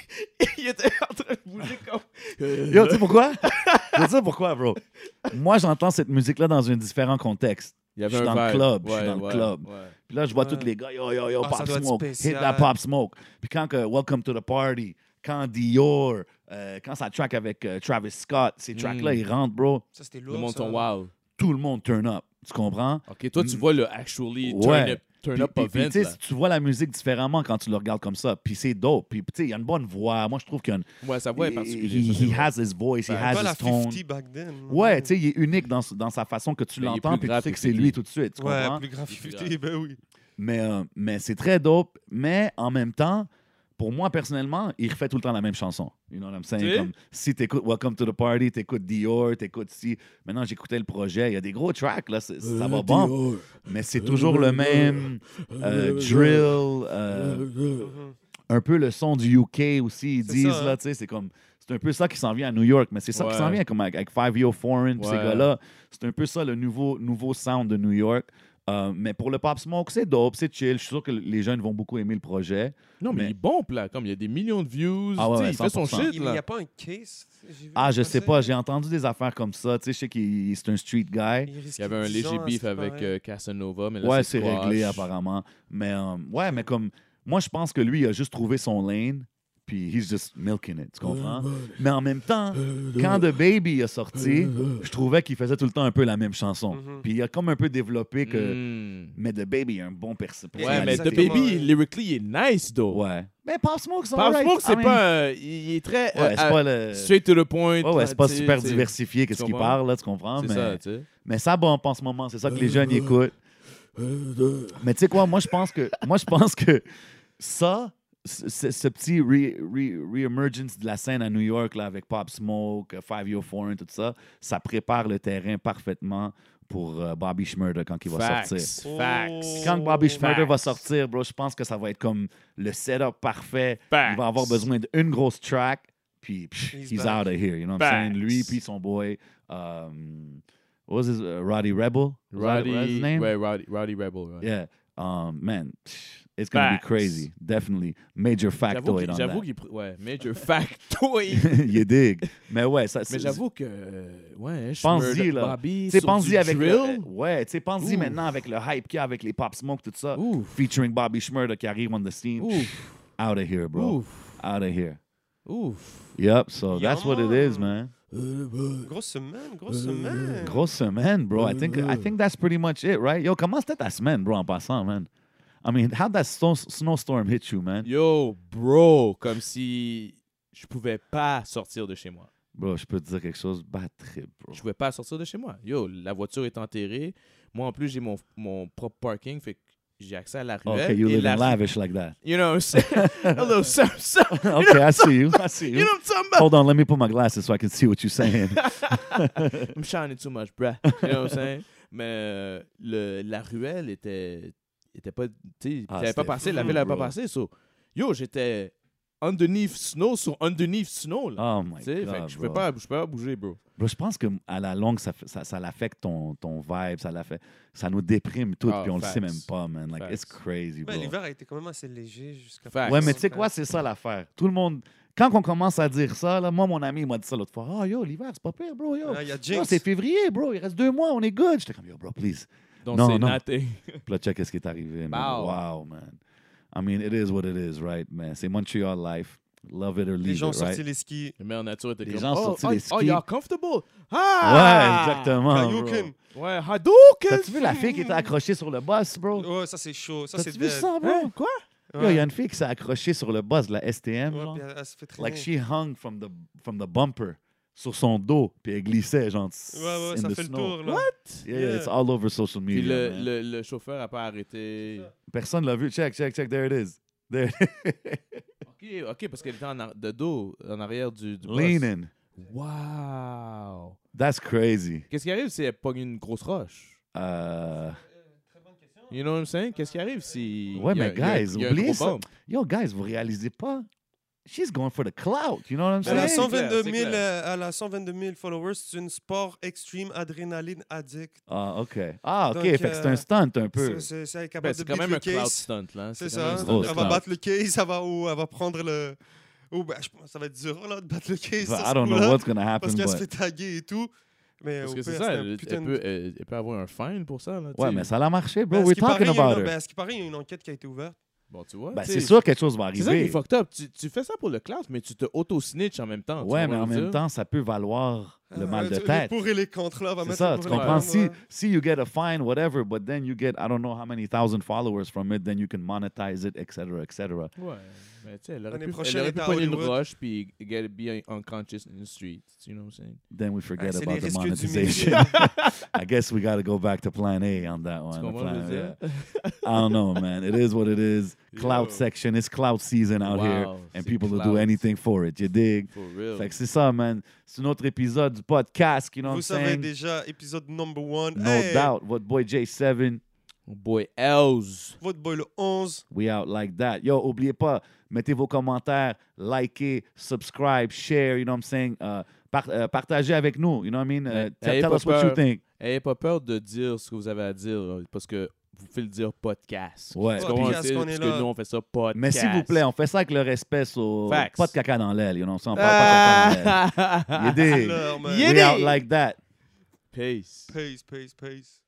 il était en train de bouger comme... Yo, tu sais pourquoi? Tu sais pourquoi, bro? Moi, j'entends cette musique-là dans un différent contexte. Il y Je avait suis un dans le vibe. club, je suis Ouais, dans le ouais, club. ouais. Puis là, je vois Ouais. tous les gars, yo, yo, yo, Ah, ça Pop doit être Smoke, spécial. hit that Pop Smoke. Puis quand que Welcome to the Party, quand Dior, euh, quand ça track avec euh, Travis Scott, ces tracks-là, Mm. ils rentrent, bro, Ça, c'était Le lourd. monde ça. sont wow. tout le monde turn up. Tu comprends? OK, toi, tu Mm. vois le actually turn Ouais. up, turn Puis- up puis- puis, event, tu sais, là. tu vois la musique différemment quand tu le regardes comme ça. Puis c'est dope. Puis tu sais, il y a une bonne voix. Moi, je trouve qu'il y a une... Ouais, sa voix est he, particulière. he- ça, c'est he vrai. has his voice, he Ben, has Pas la his tone. cinquante back then. Ouais, tu sais, il est unique dans, dans sa façon que tu Ben, il est l'entends, plus puis tu grave sais que que c'est fifty. lui tout de suite. Tu Ouais, comprends? plus grave Plus cinquante, ben oui. Mais, euh, mais c'est très dope. Mais en même temps, pour moi, personnellement, il refait tout le temps la même chanson. You know what I'm saying? Tu sais? Comme, si t'écoutes Welcome to the Party, t'écoutes Dior, t'écoutes si... Maintenant, j'écoutais le projet. Il y a des gros tracks, là. c'est- Ça va bon. Mais c'est toujours le même euh, drill, euh, Mhm. un peu le son du U K aussi, ils C'est disent, ça, là, hein. tu sais, c'est comme... C'est un peu ça qui s'en vient à New York, mais c'est ça qui Ouais. s'en vient comme avec, avec Five Yo Foreign, puis ces Ouais. gars-là. C'est un peu ça, le nouveau, nouveau sound de New York. Euh, mais pour le Pop Smoke, c'est dope, c'est chill. Je suis sûr que les jeunes vont beaucoup aimer le projet. Non, mais, Mais- il pompe, là. Comme il y a des millions de views. Ah ouais, tu sais, ouais, il fait son cent pour cent. shit, Il n'y là. a pas un case. j'ai vu Ah, je sais passer. pas, j'ai entendu des affaires comme ça. Tu sais, je sais qu'il c'est un street guy. Il y avait un léger beef avec euh, Casanova, mais là, Ouais, c'est c'est réglé squash. apparemment. Mais euh, ouais, mais comme moi, je pense que lui, il a juste trouvé son lane, puis he's just milking it. Tu comprends? Mais en même temps, quand The Baby a sorti, je trouvais qu'il faisait tout le temps un peu la même chanson. Mhm. Puis il a comme un peu développé que. Mm. Mais The Baby a un bon perso. Ouais, mais The Exactement, Baby, ouais. lyrically, il est nice, though. Ouais. Mais Pop Smoke, c'est Pop alright. Smoke, c'est I mean, pas un- Il est très... Ouais, c'est euh, pas le. straight to the point. Ouais, ouais, c'est pas tu sais, super c'est- diversifié qu'est-ce tu qu'il comprends? parle, là, tu comprends? C'est Mais, ça, tu sais. mais ça bombe en ce moment, c'est ça que les jeunes y écoutent. Mais tu sais quoi, moi je pense que moi je pense que ça, ce, ce petit re- re- re-emergence de la scène à New York là, avec Pop Smoke, Five Yo Foreign, tout ça, ça prépare le terrain parfaitement pour euh, Bobby Schmurder quand il va Facts, sortir. facts. Quand Bobby Schmurder va Facts. sortir, bro, je pense que ça va être comme le setup parfait. Facts. Il va avoir besoin d'une grosse track, puis pff, He's he's, back. out of here. You know what I'm saying? Facts. Lui, puis son boy, um, what was his, uh, Roddy Rebel? Was that- Roddy, was that his name? ouais, Roddy, Roddy Rebel. right. Yeah. Um, man, psh, it's gonna Facts. be crazy. Definitely. Major J'avoue factoid qu'il- on J'avoue that. qu'il... pr- Ouais, major factoid. Il est dig. Mais ouais, ça Mais c'est... j'avoue que... euh, Ouais, Pense-y, Schmurder, là. Bobby, Tu sais, sur pense-y du avec le... drill. Ouais, tu sais, pense-y Ouf. maintenant avec le hype qu'il y a avec les Pop Smoke, tout ça. Ouf. Featuring Bobby Schmurder qui arrive on the scene. Ouf. Out of here, bro. Ouf. Out of here. Ouf. Yep, so Yeah, that's what it is, man. Grosse semaine, grosse semaine. Grosse semaine, bro. I think I think that's pretty much it, right? Yo, comment c'était ta semaine, bro, en passant, man? I mean, how'd that snow, snowstorm hit you, man? Yo, bro, comme si je pouvais pas sortir de chez moi. Bro, je peux te dire quelque chose, bad trip, bro. Je pouvais pas sortir de chez moi. Yo, la voiture est enterrée. Moi, en plus, j'ai mon, mon propre parking, fait que j'ai accès à la ruelle. Okay, you et live la in lavish like that. You know what I'm saying? A little something, something. Okay, I see you. I see You you. know what I'm talking about? Hold on, let me put my glasses so I can see what you're saying. I'm shining too much, bruh. You know what I'm saying? Mais euh, le, la ruelle était, était pas... Tu sais, Ah, j'avais pas c'était passé, la fou, ville n'avait pas bro. passé. So, yo, j'étais underneath snow sur underneath snow, là. Oh my Tu sais, fait God, que je pouvais bro. pas, je pouvais pas bouger, bro. Bro, je pense qu'à la longue, ça, fait- ça, ça l'affecte ton, ton vibe, ça, l'affecte- ça nous déprime tout, Ah, puis on facts. le sait même pas, man. Like, Facts. it's crazy, bro. Ouais, l'hiver a été quand même assez léger jusqu'à Facts. Ouais, mais tu sais quoi, c'est ça l'affaire. Tout le monde... Quand on commence à dire ça, là, moi, mon ami, il m'a dit ça l'autre fois. « Ah, yo, l'hiver, c'est pas pire, bro, yo. Là, il y a Yo, Jinx. c'est février, bro. Il reste deux mois, on est good. » J'étais comme « Yo, bro, please. Donc, Non, c'est non. nothing. » Puis là, check qu'est-ce qui est arrivé, man. Wow. Wow, man. I mean, it is what it is, right, man? C'est Montreal life. Love it or leave Les gens ont it, sorti right? les skis. Les mères nature étaient Les comme, gens oh, sortis oh, les oh, skis. you're comfortable. Ouais, Ah! exactement, bro. Hadouken. Ouais, Hadouken! T'as-tu vu la fille qui était accrochée sur le bus, bro? Ouais, ça c'est chaud. Ça T'as-tu c'est vu dead. ça, bro? Hein? Quoi? Yo, il y a une fille qui s'est accrochée sur le bus de la S T M, Ouais, genre. puis elle, elle se fait traîner. Like she hung from the, from the bumper sur son dos, puis elle glissait, genre, Ouais, ouais, in ça the fait le snow. tour, là. Yeah, Yeah. it's all over social Puis media. le, man. le, le chauffeur a pas arrêté. Personne l'a vu. Check, check, check. There it is. There. OK, OK, parce qu'elle était en ar- de dos, en arrière du, du bus. Leaning. Wow! That's crazy. Qu'est-ce qui arrive si elle pogne une grosse roche? Euh, Très bonne question. You know what I'm saying? Qu'est-ce qui arrive si. Ouais, il y a- mais il y a- guys, il y a un oubliez gros ça. bump? Yo, guys, vous réalisez pas? She's going for the clout. You know what I'm Elle a c'est saying? clair, cent vingt-deux c'est mille, clair. euh, elle a cent vingt-deux mille followers. C'est une sport extreme adrénaline addict. Ah, OK. Ah, OK. Donc, fait que c'est euh, un stunt un peu. C'est- C'est c'est Ben, capable c'est de quand beat même le un cloud case. stunt, là. C'est quand même un ça. stunt. Grosse Elle va clout. battre le case, elle va, ou elle va prendre le. Ou ben, je pense que ça va être dur là, de battre le case. But à I ce don't know coup-là, what's going to happen. Parce qu'elle se But... fait taguer et tout. Mais Parce au que c'est pire, ça, c'est elle, un putain elle de- peut, elle, elle peut avoir un fine pour ça. Là, tu Ouais, sais. mais ça a marché, bro. Ben, à ce We're qui paraît, talking il y a une- about ben, her. à ce qui paraît, il y a une enquête qui a été ouverte. Bon, tu vois. Ben, tu c'est sais, sûr que quelque chose va C'est ça qui est arriver. fucked up. Tu, tu fais ça pour le class, mais tu te auto-snitch en même temps. tu Ouais, vois mais en ce que je veux même dire? temps, ça peut valoir le Ah, mal ouais, de tu- Les tête. pour et les contre là, on va C'est mettre ça, les tu pour et les comprends? contre, Si, ouais. si you get a fine, whatever, but then you get, I don't know how many thousand followers from it, then you can monetize it, et cetera, et cetera. Ouais, mais tu sais, elle aurait L'année pu, prochaine, elle aurait elle pu est à pogner une Hollywood. roche puis get, be unconscious in the street. You know what I'm saying? Then we forget Ah, c'est about les the risques du monetization. métier. I guess we got to go back to plan A on that Tu one. the comprends ce que je plan- veux dire? yeah. I don't know, man. It is what it is. Clout Yo. section. It's clout season out here. Wow, And c'est people will do clout. anything for it. You dig? For real. Fait que c'est ça, man. C'est un autre épisode du podcast, you know Vous what I'm savez saying? déjà, épisode number one. No Hey, doubt. Votre boy J seven, Mon boy Els. Votre boy le onze. we out like that. Yo, oubliez pas, mettez vos commentaires, likez, subscribe, share, you know what I'm saying? Uh, par- euh, partagez avec nous, you know what I mean? Uh, Hey, tell ayez tell pas us what you peur. think. Ayez pas peur de dire ce que vous avez à dire, là, parce que vous pouvez le dire podcast. Ouais. Tu comprends? Podcast, C'est- qu'on est parce là. que nous, on fait ça podcast. Mais s'il vous plaît, on fait ça avec le respect, so Facts. pas de caca dans l'aile, you know what I'm saying? On parle pas de caca dans l'aile. You dig? Alors, man. Yeah. We out like that. Peace. Peace, peace, peace.